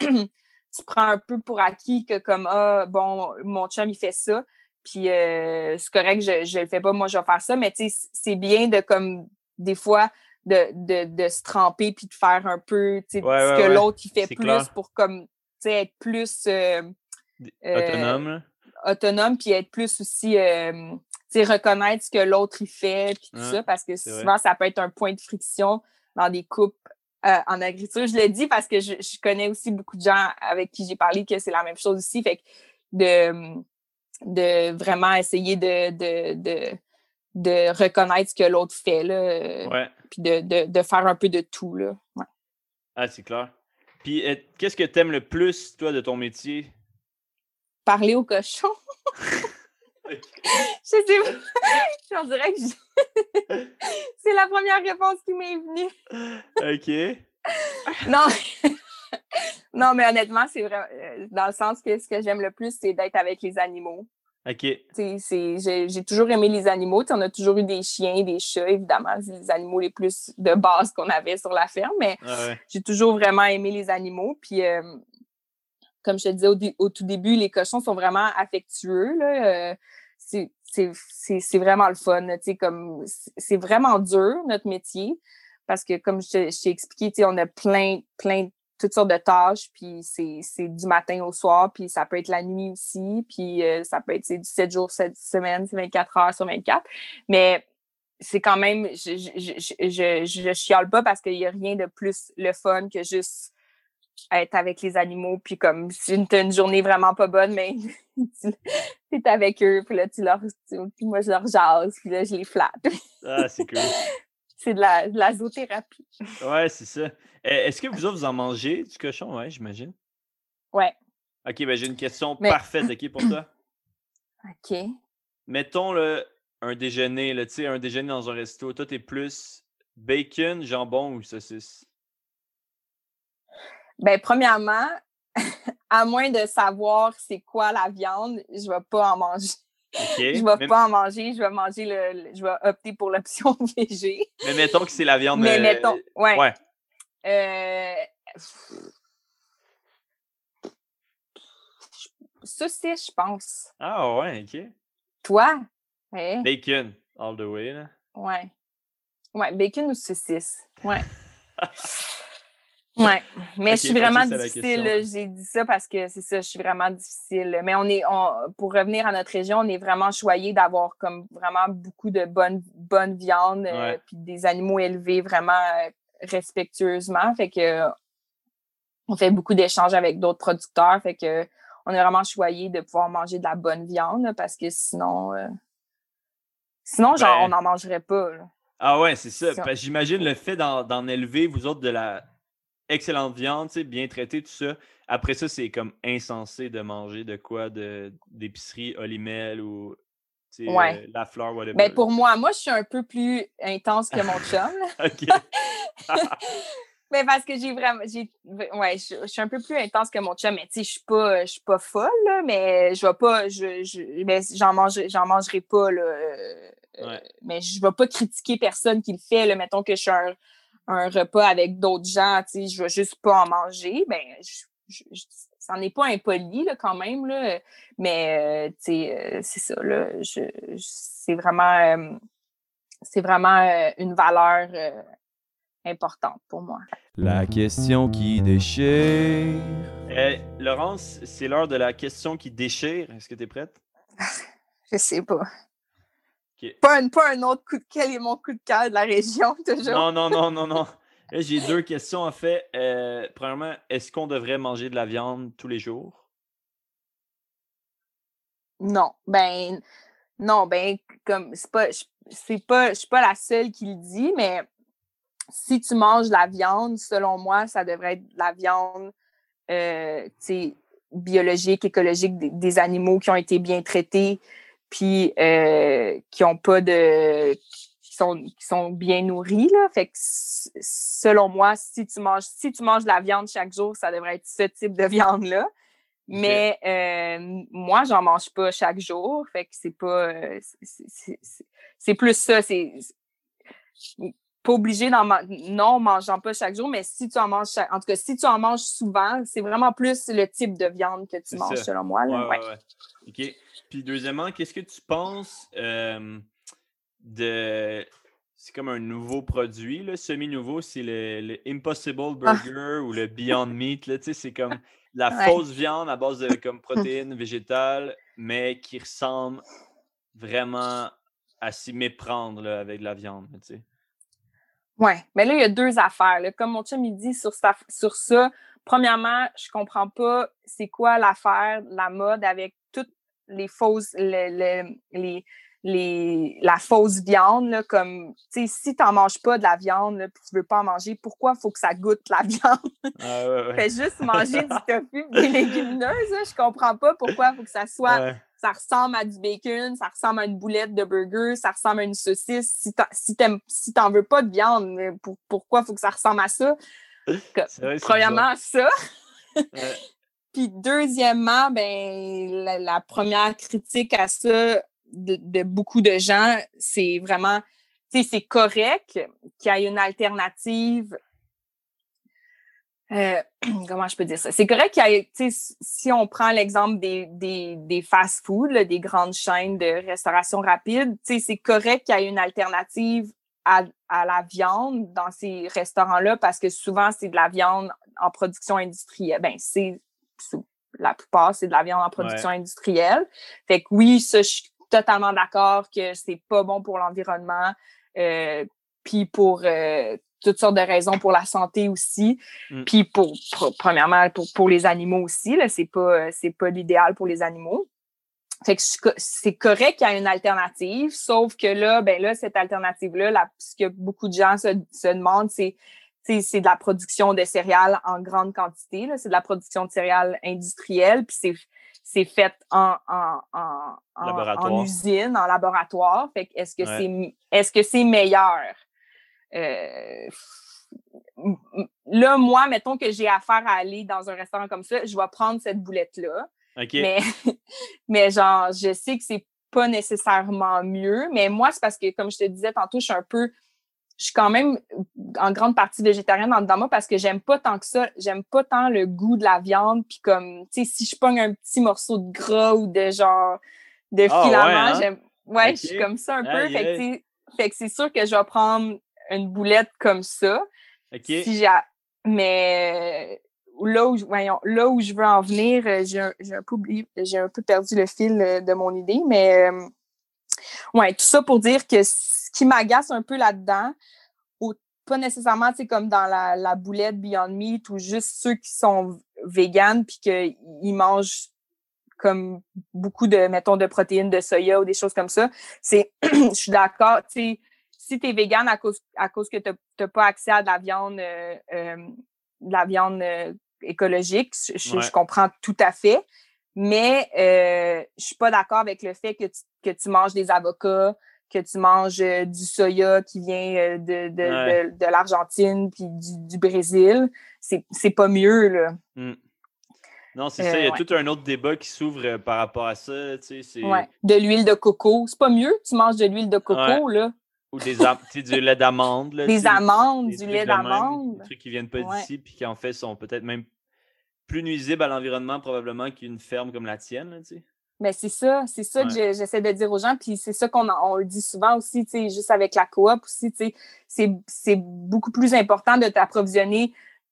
tu prends un peu pour acquis que comme, ah, bon, mon chum, il fait ça, puis euh, c'est correct, je, je le fais pas, moi, je vais faire ça, mais tu sais, c'est bien de comme, des fois, de, de, de se tremper puis de faire un peu, tu sais, ouais, ce ouais, que ouais. l'autre, il fait c'est plus clair. pour comme, tu sais, être plus... Euh, autonome, euh, autonome, puis être plus aussi... Euh, tu sais, reconnaître ce que l'autre, il fait, puis tout hein, ça, parce que souvent, vrai. ça peut être un point de friction dans des couples euh, en agriculture. Je le dis parce que je, je connais aussi beaucoup de gens avec qui j'ai parlé que c'est la même chose aussi, fait que de, de vraiment essayer de, de, de, de reconnaître ce que l'autre fait, là, ouais. puis de, de, de faire un peu de tout, là. Ouais. Ah, c'est clair. Puis, euh, qu'est-ce que t'aimes le plus, toi, de ton métier? Parler aux cochons. Je sais pas. On dirait que je... c'est la première réponse qui m'est venue. OK. non. non, mais honnêtement, c'est vrai. Dans le sens que ce que j'aime le plus, c'est d'être avec les animaux. OK. C'est, j'ai, j'ai toujours aimé les animaux. T'sais, on a toujours eu des chiens, des chats, évidemment. C'est les animaux les plus de base qu'on avait sur la ferme, mais ah ouais. j'ai toujours vraiment aimé les animaux. Puis, euh, comme je te disais au, dé- au tout début, les cochons sont vraiment affectueux, là. Euh, c'est, c'est, c'est, c'est vraiment le fun. Comme, c'est vraiment dur, notre métier, parce que comme je, je t'ai expliqué, on a plein, plein, toutes sortes de tâches, puis c'est, c'est du matin au soir, puis ça peut être la nuit aussi, puis euh, ça peut être c'est du sept jours, sept semaines, c'est vingt-quatre heures sur vingt-quatre. Mais c'est quand même, je, je, je, je, je chiale pas parce qu'il y a rien de plus le fun que juste être avec les animaux, puis comme si t'as une journée vraiment pas bonne, mais tu es avec eux, puis là, tu leur, tu, puis moi, je leur jase, puis là, je les flatte. Ah, c'est cool. C'est de la, de la zoothérapie. Ouais, c'est ça. Eh, Est-ce que vous autres, vous en mangez du cochon? Ouais, j'imagine. Ouais. OK, ben j'ai une question Mais- parfaite, OK, pour toi. OK. Mettons, là, un déjeuner, là, tu sais, un déjeuner dans un resto. Toi, t'es plus bacon, jambon ou saucisse? Ben, premièrement, à moins de savoir c'est quoi la viande, je vais pas en manger. OK. Je vais mais, pas en manger, je vais manger le, le- je vais opter pour l'option végé. mais mettons que c'est la viande. Mais euh, mettons, ouais. Ouais. Euh, saucisse, je pense. Ah, ouais, OK. Toi? Ouais. Bacon, all the way, là. Ouais. Ouais, bacon ou saucisse. Ouais. Ouais. Mais Ok, je suis vraiment fait que ça, c'est la difficile. question. là. J'ai dit ça parce que c'est ça, je suis vraiment difficile. Mais on est, on, pour revenir à notre région, on est vraiment choyé d'avoir comme vraiment beaucoup de bonnes, bonnes viandes, euh, Ouais. puis des animaux élevés vraiment euh, respectueusement. Fait que on fait beaucoup d'échanges avec d'autres producteurs. Fait que on est vraiment choyé de pouvoir manger de la bonne viande là, parce que sinon, euh, sinon, genre, Ben- on n'en mangerait pas. là. Ah ouais, c'est ça. Ça. Parce que j'imagine le fait d'en, d'en élever, vous autres, de la excellente viande, tu sais, bien traitée, tout ça. Après ça, c'est comme insensé de manger de quoi, de d'épicerie Olimel ou tu sais, Ouais. euh, La Fleur, whatever. Ben pour moi, moi, je suis un peu plus intense que mon chum. là. OK. Mais parce que j'ai vraiment, j'ai, ouais, je, je suis un peu plus intense que mon chum, mais tu sais, je suis pas, je suis pas folle, là, mais je vais pas, je, je, mais j'en mangerai, j'en mangerai pas, là, euh, Ouais. mais je vais pas critiquer personne qui le fait, là, mettons que je suis un, un repas avec d'autres gens, tu sais, je vais juste pas en manger, ben, je, je, je, ça n'en est pas impoli, là, quand même, là, mais, euh, tu sais, euh, c'est ça, là, je, je- c'est vraiment, euh, c'est vraiment euh, une valeur euh, importante pour moi. La question qui déchire. Eh, Laurence, c'est l'heure de la question qui déchire. Est-ce que tu es prête? Je sais pas. OK. Pas un, pas un autre coup de quel est mon coup de cœur de la région, toujours. Non, non, non, non, non. Là, j'ai deux questions en fait. Euh, premièrement, est-ce qu'on devrait manger de la viande tous les jours? Non. Ben, non, ben, comme, c'est pas, je- c'est pas, je suis pas la seule qui le dit, mais si tu manges de la viande, selon moi, ça devrait être de la viande, euh, tu sais, biologique, écologique, des, des animaux qui ont été bien traités, puis euh, qui ont pas de... qui sont, qui sont bien nourris, là. Fait que, s- selon moi, si tu manges, si tu manges de la viande chaque jour, ça devrait être ce type de viande-là. Mais euh, moi, j'en mange pas chaque jour. Fait que c'est pas... euh, c'est- c'est- c'est- c'est plus ça. C'est c'est pas obligé d'en manger. Non, mangeant pas chaque jour, mais si tu en manges chaque... En tout cas, si tu en manges souvent, c'est vraiment plus le type de viande que tu C'est manges, ça. selon moi. Là. Ouais, Ouais. ouais, ouais. OK. Puis deuxièmement, qu'est-ce que tu penses euh, de... C'est comme un nouveau produit, là, semi-nouveau, c'est le, le Impossible Burger ou le Beyond Meat, là, tu sais, c'est comme la Ouais. fausse viande à base de comme protéines végétales, mais qui ressemble vraiment à s'y méprendre là, avec de la viande, tu sais. Oui, mais là, il y a deux affaires. Là. Comme mon chum, il dit sur, sa, sur ça, premièrement, je comprends pas c'est quoi l'affaire, la mode avec toutes les fausses, le, le, les, les, la fausse viande. Là, comme, tu sais, si tu n'en manges pas de la viande et tu veux pas en manger, pourquoi il faut que ça goûte la viande? Ah, ouais, ouais. Fais juste manger du tofu et des légumineuses. Là. Je comprends pas pourquoi il faut que ça soit... Ouais. Ça ressemble à du bacon, ça ressemble à une boulette de burger, ça ressemble à une saucisse. Si t'en, si t'aimes, si t'en veux pas de viande, mais pour, pourquoi il faut que ça ressemble à ça? Que, C'est vrai, c'est premièrement, ça. Ouais. Puis deuxièmement, ben la, la première critique à ça de, de beaucoup de gens, c'est vraiment, tu sais, c'est correct qu'il y ait une alternative. Euh, comment je peux dire ça? C'est correct qu'il y ait, tu sais, si on prend l'exemple des, des, des fast-food, là, des grandes chaînes de restauration rapide, tu sais, c'est correct qu'il y ait une alternative à, à la viande dans ces restaurants-là parce que souvent, c'est de la viande en production industrielle. Ben, c'est, c'est la plupart, c'est de la viande en production Ouais. industrielle. Fait que oui, ça, je suis totalement d'accord que c'est pas bon pour l'environnement, euh, puis pour euh, toutes sortes de raisons, pour la santé aussi, Mm. puis pour, pour premièrement pour, pour les animaux aussi, là, c'est pas c'est pas l'idéal pour les animaux. Fait que c'est correct qu'il y a une alternative, sauf que là, ben là, cette alternative-là, là, ce que beaucoup de gens se, se demandent, c'est c'est de la production de céréales en grande quantité, là, c'est de la production de céréales industrielles, puis c'est c'est fait en, en, en, en, en usine, en laboratoire. Fait que est-ce que ouais. c'est est-ce que c'est meilleur? Euh, là, moi, mettons que j'ai affaire à aller dans un restaurant comme ça, je vais prendre cette boulette-là. Okay. Mais, mais genre, je sais que c'est pas nécessairement mieux. Mais moi, c'est parce que, comme je te disais tantôt, je suis un peu... Je suis quand même en grande partie végétarienne en dedans moi parce que j'aime pas tant que ça. J'aime pas tant le goût de la viande. Puis comme, tu sais, si je pogne un petit morceau de gras ou de genre... de oh, filament, ouais, hein? j'aime... Ouais, okay. je suis comme ça un peu. Aïe, fait, que, tu sais, fait que c'est sûr que je vais prendre une boulette comme ça. Okay. Si j'ai... Mais... Là où, voyons, là où je veux en venir, j'ai un, j'ai un peu oublié, j'ai un peu perdu le fil de mon idée, mais euh, ouais, tout ça pour dire que ce qui m'agace un peu là-dedans, au, pas nécessairement, tu sais, comme dans la, la boulette Beyond Meat ou juste ceux qui sont véganes puis qu'ils mangent comme beaucoup de, mettons, de protéines de soya ou des choses comme ça, c'est, je suis d'accord, tu sais, si t'es végane à cause, à cause que t'as, t'as pas accès à de la viande, euh, euh, de la viande euh, écologique, je, ouais. je comprends tout à fait, mais euh, je suis pas d'accord avec le fait que tu, que tu manges des avocats, que tu manges euh, du soya qui vient euh, de, de, ouais. de, de l'Argentine puis du, du Brésil. C'est, c'est pas mieux, là. Mm. Non, c'est euh, ça. Il y a ouais. tout un autre débat qui s'ouvre euh, par rapport à ça. Tu sais, c'est... Ouais. De l'huile de coco. C'est pas mieux, tu manges de l'huile de coco, ouais. là. Ou des am- du lait d'amande. Là, des amandes, des du lait d'amande. Des trucs qui viennent pas ouais. d'ici puis qui en fait sont peut-être même plus nuisibles à l'environnement probablement qu'une ferme comme la tienne. Là, tu sais. Ben c'est ça, c'est ça ouais. que je, j'essaie de dire aux gens, puis c'est ça qu'on on le dit souvent aussi, tu sais, juste avec la coop aussi, tu sais, c'est, c'est beaucoup plus important de t'approvisionner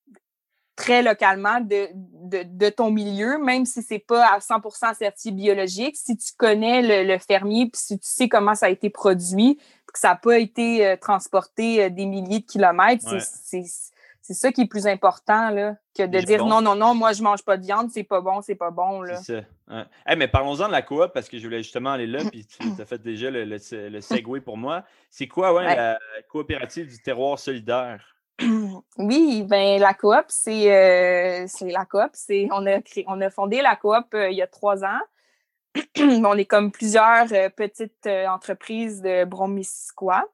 très localement de, de, de ton milieu, même si c'est pas à cent pour cent certifié biologique. Si tu connais le, le fermier, puis si tu sais comment ça a été produit, que ça n'a pas été euh, transporté euh, des milliers de kilomètres, ouais. c'est, c'est, c'est ça qui est plus important là, que de Déjà dire bon. non, non, non, moi je mange pas de viande, c'est pas bon, c'est pas bon. Là. C'est ça. Ouais. Hey, mais parlons-en de la coop, parce que je voulais justement aller là, puis tu as fait déjà le, le, le segue pour moi. C'est quoi ouais, ouais. la coopérative du terroir solidaire? Oui, ben la coop, c'est, euh, c'est la coop, c'est on a créé, on a fondé la coop euh, il y a trois ans. On est comme plusieurs euh, petites euh, entreprises de Brome-Missisquoi,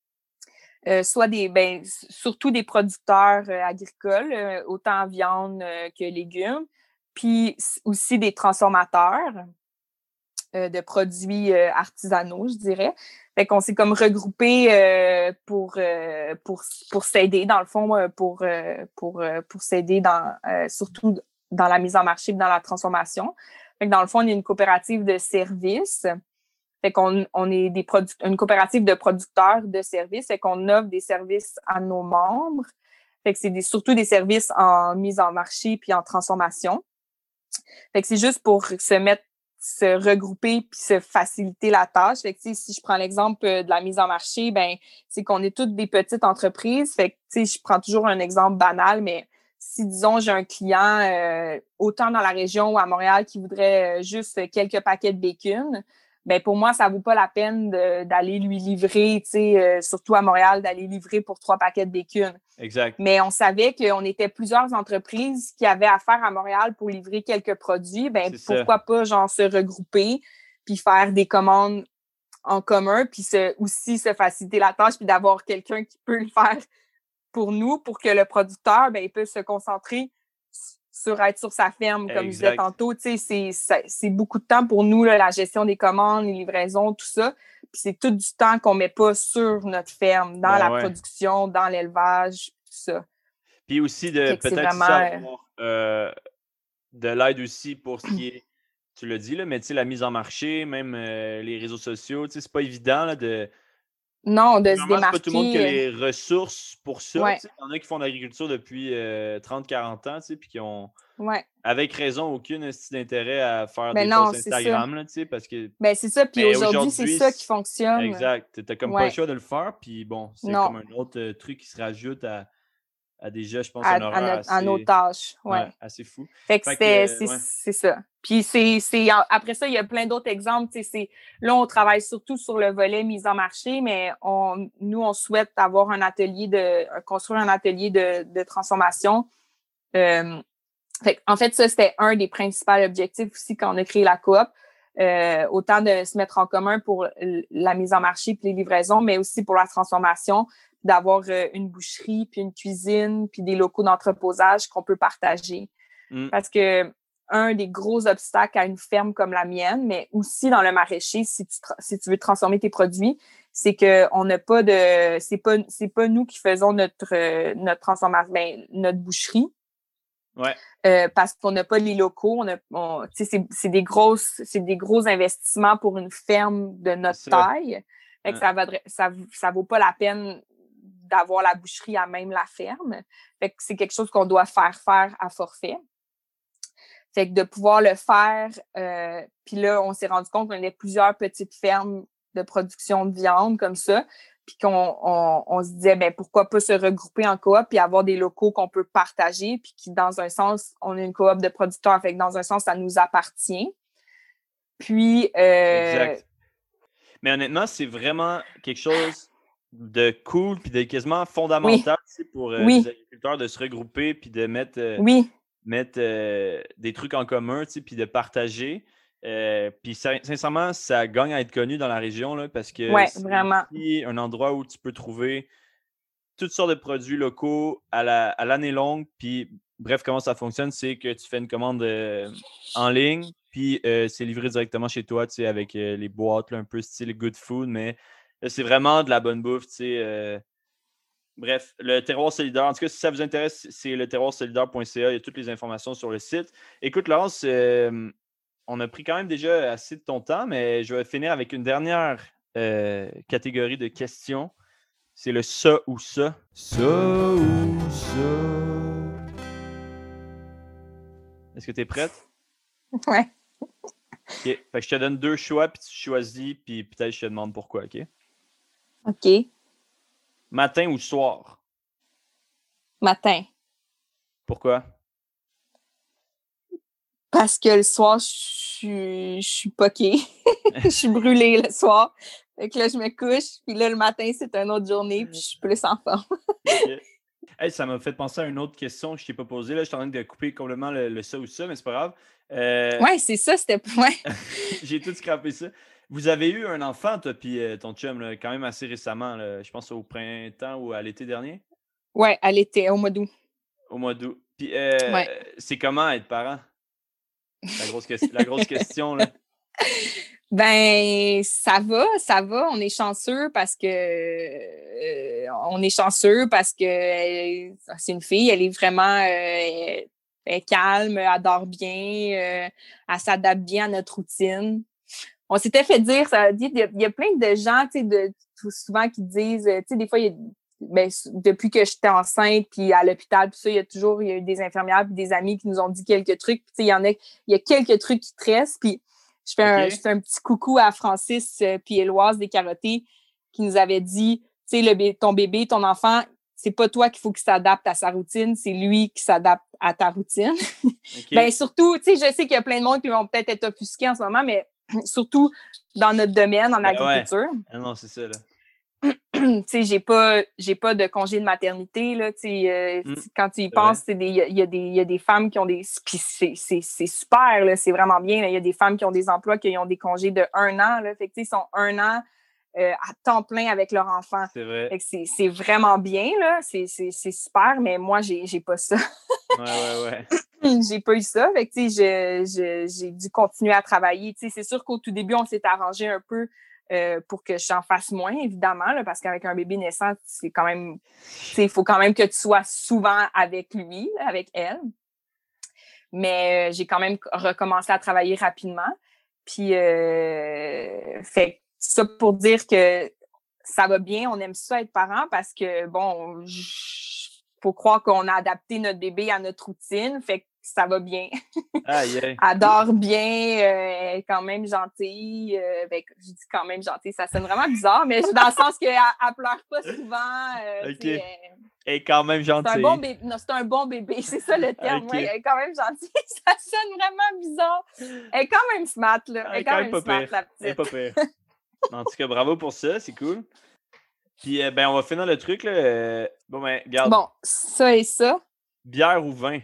euh, soit des, ben surtout des producteurs euh, agricoles, euh, autant viande euh, que légumes, puis aussi des transformateurs euh, de produits euh, artisanaux, je dirais. Fait qu'on s'est comme regroupé euh, pour, euh, pour, pour s'aider, dans le fond, euh, pour, euh, pour, euh, pour s'aider dans euh, surtout dans la mise en marché et dans la transformation. Fait que dans le fond, on est une coopérative de services. Fait qu'on on est des produ- une coopérative de producteurs de services. Fait qu'on offre des services à nos membres. Fait que c'est des, surtout des services en mise en marché puis en transformation. Fait que c'est juste pour se mettre se regrouper puis se faciliter la tâche. Fait que, si je prends l'exemple de la mise en marché, ben c'est qu'on est toutes des petites entreprises. Fait que, tu sais, je prends toujours un exemple banal, mais si, disons, j'ai un client euh, autant dans la région ou à Montréal qui voudrait juste quelques paquets de bacon, ben pour moi, ça vaut pas la peine de, d'aller lui livrer, tu sais, euh, surtout à Montréal, d'aller livrer pour trois paquets de bacon. Exact. Mais on savait qu'on était plusieurs entreprises qui avaient affaire à Montréal pour livrer quelques produits. Ben c'est pourquoi ça. Pas, genre, se regrouper puis faire des commandes en commun puis se, aussi se faciliter la tâche puis d'avoir quelqu'un qui peut le faire pour nous, pour que le producteur, ben il peut se concentrer sur être sur sa ferme, comme exact. Je disais tantôt. Tu sais, c'est, c'est beaucoup de temps pour nous, là, la gestion des commandes, les livraisons, tout ça. Puis c'est tout du temps qu'on met pas sur notre ferme, dans ben la ouais. production, dans l'élevage, tout ça. Puis aussi, de peut-être vraiment... ça, avoir, euh, de l'aide aussi pour ce qui est, tu l'as dit, là, mais tu sais, la mise en marché, même euh, les réseaux sociaux, tu sais, c'est pas évident là, de, Non, de se Normalement, c'est pas tout le monde qui a démarquer. les ressources pour ça. Ouais. Il y en a qui font de l'agriculture depuis euh, trente quarante ans, puis qui ont, Ouais. avec raison, aucune esti d'intérêt à faire Ben des non, posts c'est ça. Instagram, là, parce que. Ben c'est ça. Puis Mais aujourd'hui, c'est aujourd'hui, ça qui c- fonctionne. exact. T'as comme pas le Ouais. choix de le faire, puis bon, c'est Non. comme un autre euh, truc qui se rajoute à, à déjà, je pense, À, un à, horaire notre, à nos assez, tâches. Ouais. ouais, assez fou. Fait que Fait c'était, que, c'est, ouais. c'est ça. Puis c'est, c'est, après ça, il y a plein d'autres exemples. Tu sais, c'est, là, on travaille surtout sur le volet mise en marché, mais on, nous, on souhaite avoir un atelier de, construire un atelier de, de transformation. Euh, fait, en fait, ça, c'était un des principaux objectifs aussi quand on a créé la coop. Euh, autant de se mettre en commun pour la mise en marché puis les livraisons, mais aussi pour la transformation, d'avoir euh, une boucherie, puis une cuisine, puis des locaux d'entreposage qu'on peut partager. Mm. Parce que un des gros obstacles à une ferme comme la mienne, mais aussi dans le maraîcher, si tu, si tu veux transformer tes produits, c'est qu'on n'a pas de... C'est pas, c'est pas nous qui faisons notre, euh, notre transformation, ben, notre boucherie. Ouais. Euh, parce qu'on n'a pas les locaux, on a, on, c'est, c'est des grosses, c'est des gros investissements pour une ferme de notre taille. Fait que ça, vaudrait, ça, ça vaut pas la peine d'avoir la boucherie à même la ferme. Fait que c'est quelque chose qu'on doit faire faire à forfait. Fait que de pouvoir le faire, euh, puis là, on s'est rendu compte qu'on avait plusieurs petites fermes de production de viande comme ça, puis qu'on on, on se disait, ben pourquoi pas se regrouper en coop puis avoir des locaux qu'on peut partager, puis qui, dans un sens, on est une coop de producteurs, fait que dans un sens, ça nous appartient. Puis... Euh, exact. Mais honnêtement, c'est vraiment quelque chose de cool puis de quasiment fondamental oui. pour euh, oui. les agriculteurs de se regrouper puis de mettre, euh, oui. mettre euh, des trucs en commun puis de partager. Euh, puis sincèrement, ça gagne à être connu dans la région là, parce que ouais, c'est vraiment. un endroit où tu peux trouver toutes sortes de produits locaux à, la, à l'année longue. Puis bref, comment ça fonctionne, c'est que tu fais une commande euh, en ligne, puis euh, c'est livré directement chez toi, tu sais, avec euh, les boîtes, là, un peu style good food, mais là, c'est vraiment de la bonne bouffe, tu sais. Euh, bref, le terroir solidaire, en tout cas, si ça vous intéresse, c'est le terroir solidaire point c a, il y a toutes les informations sur le site. Écoute, Laurence, euh, on a pris quand même déjà assez de ton temps, mais je vais finir avec une dernière euh, catégorie de questions. C'est le ça ou ça. Ça ou ça. Est-ce que tu es prête? Ouais. OK. Fait que je te donne deux choix, puis tu choisis, puis peut-être je te demande pourquoi, OK? OK. Matin ou soir? Matin. Pourquoi? Parce que le soir, je suis, je suis poquée. Je suis brûlée le soir. Fait que là, je me couche, puis là, le matin, c'est une autre journée, puis je suis plus en forme. Okay. Hey, ça m'a fait penser à une autre question que je t'ai pas posée. Là, je suis en train de couper complètement le, le ça ou ça, mais c'est pas grave. Euh... Ouais, c'est ça, c'était... Ouais. J'ai tout scrappé ça. Vous avez eu un enfant, toi, puis euh, ton chum, là, quand même assez récemment. Là, je pense au printemps ou à l'été dernier? Ouais, à l'été, au mois d'août. Au mois d'août. Puis, euh, ouais. c'est comment être parent? La grosse, que- la grosse question, là. Ben, ça va, ça va. On est chanceux parce que euh, on est chanceux parce que elle, c'est une fille, elle est vraiment euh, elle est calme, elle dort bien, euh, elle s'adapte bien à notre routine. On s'était fait dire, ça dit, il y a, il y a plein de gens, tu sais, de souvent qui disent, tu sais, des fois, il y a, ben, depuis que j'étais enceinte, puis à l'hôpital, puis ça, il y a toujours, il y a eu des infirmières, puis des amis qui nous ont dit quelques trucs. Puis tu sais, il y en a, il y a quelques trucs qui te restent, puis je fais, okay. un, je fais un petit coucou à Francis euh, puis Éloise des Carottés qui nous avait dit, tu sais, le, ton bébé, ton enfant, c'est pas toi qu'il faut qu'il s'adapte à sa routine, c'est lui qui s'adapte à ta routine. Okay. Ben surtout, tu sais, je sais qu'il y a plein de monde qui vont peut-être être offusqués en ce moment, mais surtout dans notre domaine, en ben agriculture. Ouais. Ah non, c'est ça, là. Tu sais, j'ai pas, j'ai pas de congé de maternité, là, tu sais, euh, mm, quand tu y penses, il y, y, y a des femmes qui ont des... Puis c'est, c'est, c'est super, là, c'est vraiment bien, il y a des femmes qui ont des emplois, qui ont des congés de un an, là, fait que, tu sais, ils sont un an euh, à temps plein avec leur enfant. C'est vrai. Fait que c'est, c'est vraiment bien, là, c'est, c'est, c'est super, mais moi, j'ai, j'ai pas ça. ouais, ouais, ouais. J'ai pas eu ça, fait que, tu sais, je, je, j'ai dû continuer à travailler, tu sais, c'est sûr qu'au tout début, on s'est arrangé un peu Euh, pour que j'en fasse moins, évidemment, là, parce qu'avec un bébé naissant, c'est quand même, il faut quand même que tu sois souvent avec lui, là, avec elle. Mais euh, j'ai quand même recommencé à travailler rapidement. Puis, euh, fait ça pour dire que ça va bien, on aime ça être parent parce que, bon, j- faut croire qu'on a adapté notre bébé à notre routine, fait que ça va bien. Aïe, aïe. Elle dort bien, euh, elle est quand même gentille. Euh, ben, je dis quand même gentille, ça sonne vraiment bizarre, mais dans le sens qu'elle elle pleure pas souvent. Euh, Ok. tu sais, elle- Elle est quand même c'est un gentille. bon bébé. Non, c'est un bon bébé, c'est ça le terme. Ok. Ouais, elle est quand même gentille. Ça sonne vraiment bizarre. Elle est quand même smart, là. Elle est quand, même, pas smart, pire. la Elle est petite. pas pire. En tout cas, bravo pour ça, c'est cool. Puis, euh, ben, on va finir le truc, là. Euh, Bon, ben, regarde. Bon, ça et ça. Bière ou vin?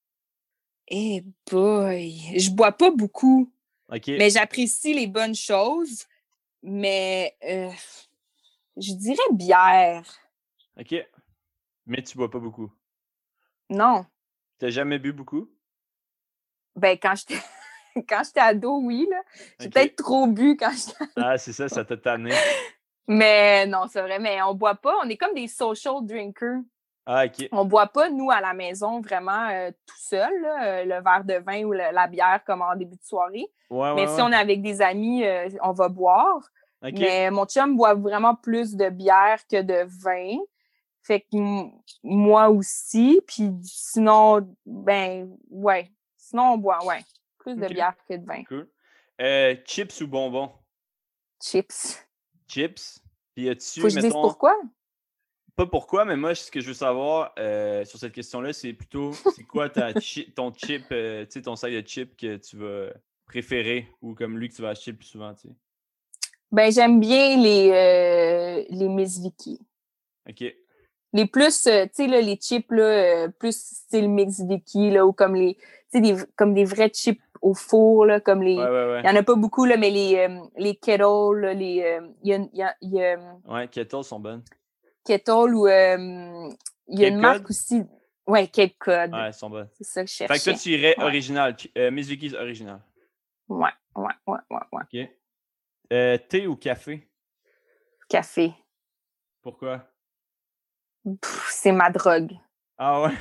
Eh boy, je bois pas beaucoup, OK. mais j'apprécie les bonnes choses. Mais euh, je dirais bière. OK. Mais tu bois pas beaucoup. Non. T'as jamais bu beaucoup? Ben, quand j'étais quand j'étais ado, oui, là. J'ai Ok. peut-être trop bu quand j'étais. Ah, c'est ça, ça t'a tanné. Mais non, c'est vrai, mais on boit pas. On est comme des social drinkers. Ah, OK. On boit pas, nous, à la maison, vraiment euh, tout seul, là, euh, le verre de vin ou le- la bière comme en début de soirée. Ouais, Mais ouais, si ouais. on est avec des amis, euh, on va boire. OK. Mais mon chum boit vraiment plus de bière que de vin. Fait que m- moi aussi. Puis sinon, ben, ouais. Sinon, on boit, ouais. Plus de Ok. bière que de vin. Cool. Euh, chips ou bonbons? Chips. Chips. Puis as-tu, Faut que je dise mettons... pourquoi? Pas pourquoi, mais moi, ce que je veux savoir euh, sur cette question-là, c'est plutôt, c'est quoi ta chi- ton chip, euh, tu sais, ton sac de chips que tu vas préférer ou comme lui que tu vas acheter le plus souvent, tu sais. Ben, j'aime bien les, euh, les Miss Vicky. OK. Les plus, euh, tu sais, là, les chips, là, euh, plus style Mix Vicky, là, ou comme les, tu sais, des, comme des vrais chips au four, là, comme les, Ouais, ouais, ouais. il y en a pas beaucoup, là, mais les, euh, les Kettle, là, les, euh, il y a, il y a, il y a euh, Ouais, Kettles sont bonnes. Kettle ou, euh, il y a Cape une marque Cod? aussi, ouais, Cape Cod. Ouais, elles sont bonnes. C'est ça que je Fait que cherchais. toi, tu irais Ouais. original. Chi- Euh, Miss Vicky's original. Ouais, ouais, ouais, ouais, ouais. OK. Euh, thé ou café? Café. Pourquoi? Pff, c'est ma drogue. Ah ouais?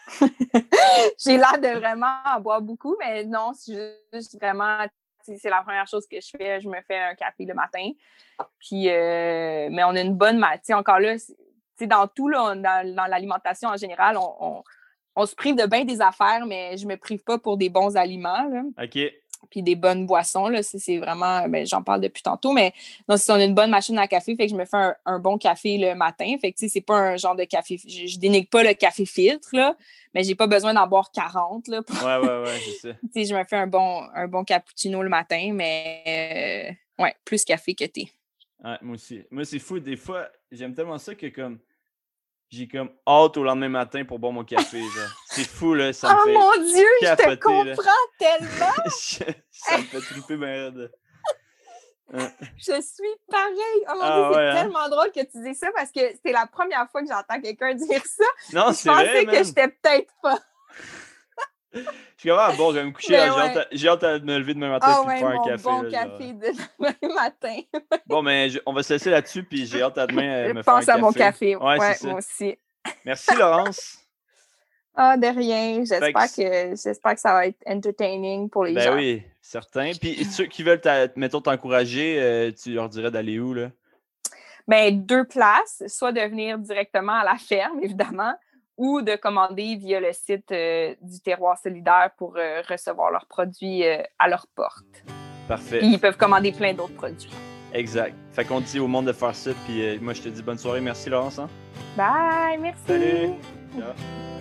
J'ai l'air de vraiment en boire beaucoup, mais non, c'est juste vraiment, c'est c'est la première chose que je fais. Je me fais un café le matin. Puis, euh, mais on a une bonne matière. Encore là, tu sais, dans tout, là, on- dans, dans l'alimentation en général, on, on, on se prive de bien des affaires, mais je me prive pas pour des bons aliments, là. OK. Puis des bonnes boissons, là. C'est c'est vraiment, ben, j'en parle depuis tantôt, mais non, si on a une bonne machine à café, fait que je me fais un, un bon café le matin. Fait que, tu sais, c'est pas un genre de café, je, je dénigre pas le café filtre, là, mais j'ai pas besoin d'en boire quarante, là. pour- Ouais, ouais, ouais, c'est ça. Tu sais, je me fais un bon, un bon cappuccino le matin, mais, euh, ouais, plus café que thé. Ouais, moi aussi. Moi, c'est fou. Des fois, j'aime tellement ça que comme j'ai comme hâte au lendemain matin pour boire mon café. Genre. C'est fou, là. Ça me Oh fait mon Dieu, je te capoter, là. comprends tellement! Je- ça me fait triper bien raide. Hein. Je suis pareil. Oh mon Ah Dieu, c'est ouais, hein? tellement drôle que tu dis ça parce que c'est la première fois que j'entends quelqu'un dire ça. Non, Je c'est vrai, pensais man. que j'étais peut-être pas. Je suis comme, ah, bon, je vais me coucher. Mais là, j'ai, ouais. hâte à, j'ai hâte à me lever demain matin Ah puis ouais, faire un mon café. bon là, genre. café de demain matin. Bon, mais je- on va se laisser là-dessus puis j'ai hâte à demain euh, Je me faire un pense à mon café. Ouais, Ouais, c'est ça. moi aussi. Merci, Laurence. Ah, de rien. J'espère Fait que, j'espère que ça va être entertaining pour les Ben gens. oui, certain. Puis ceux qui veulent, t'a- mettons, t'encourager, euh, tu leur dirais d'aller où, là? Ben, deux places, soit de venir directement à la ferme, évidemment, ou de commander via le site euh, du Terroir solidaire pour euh, recevoir leurs produits euh, à leur porte. Parfait. Puis ils peuvent commander plein d'autres produits. Exact. Fait qu'on dit au monde de faire ça, puis euh, moi, je te dis bonne soirée. Merci, Laurence. Hein? Bye, merci! Salut! Ciao.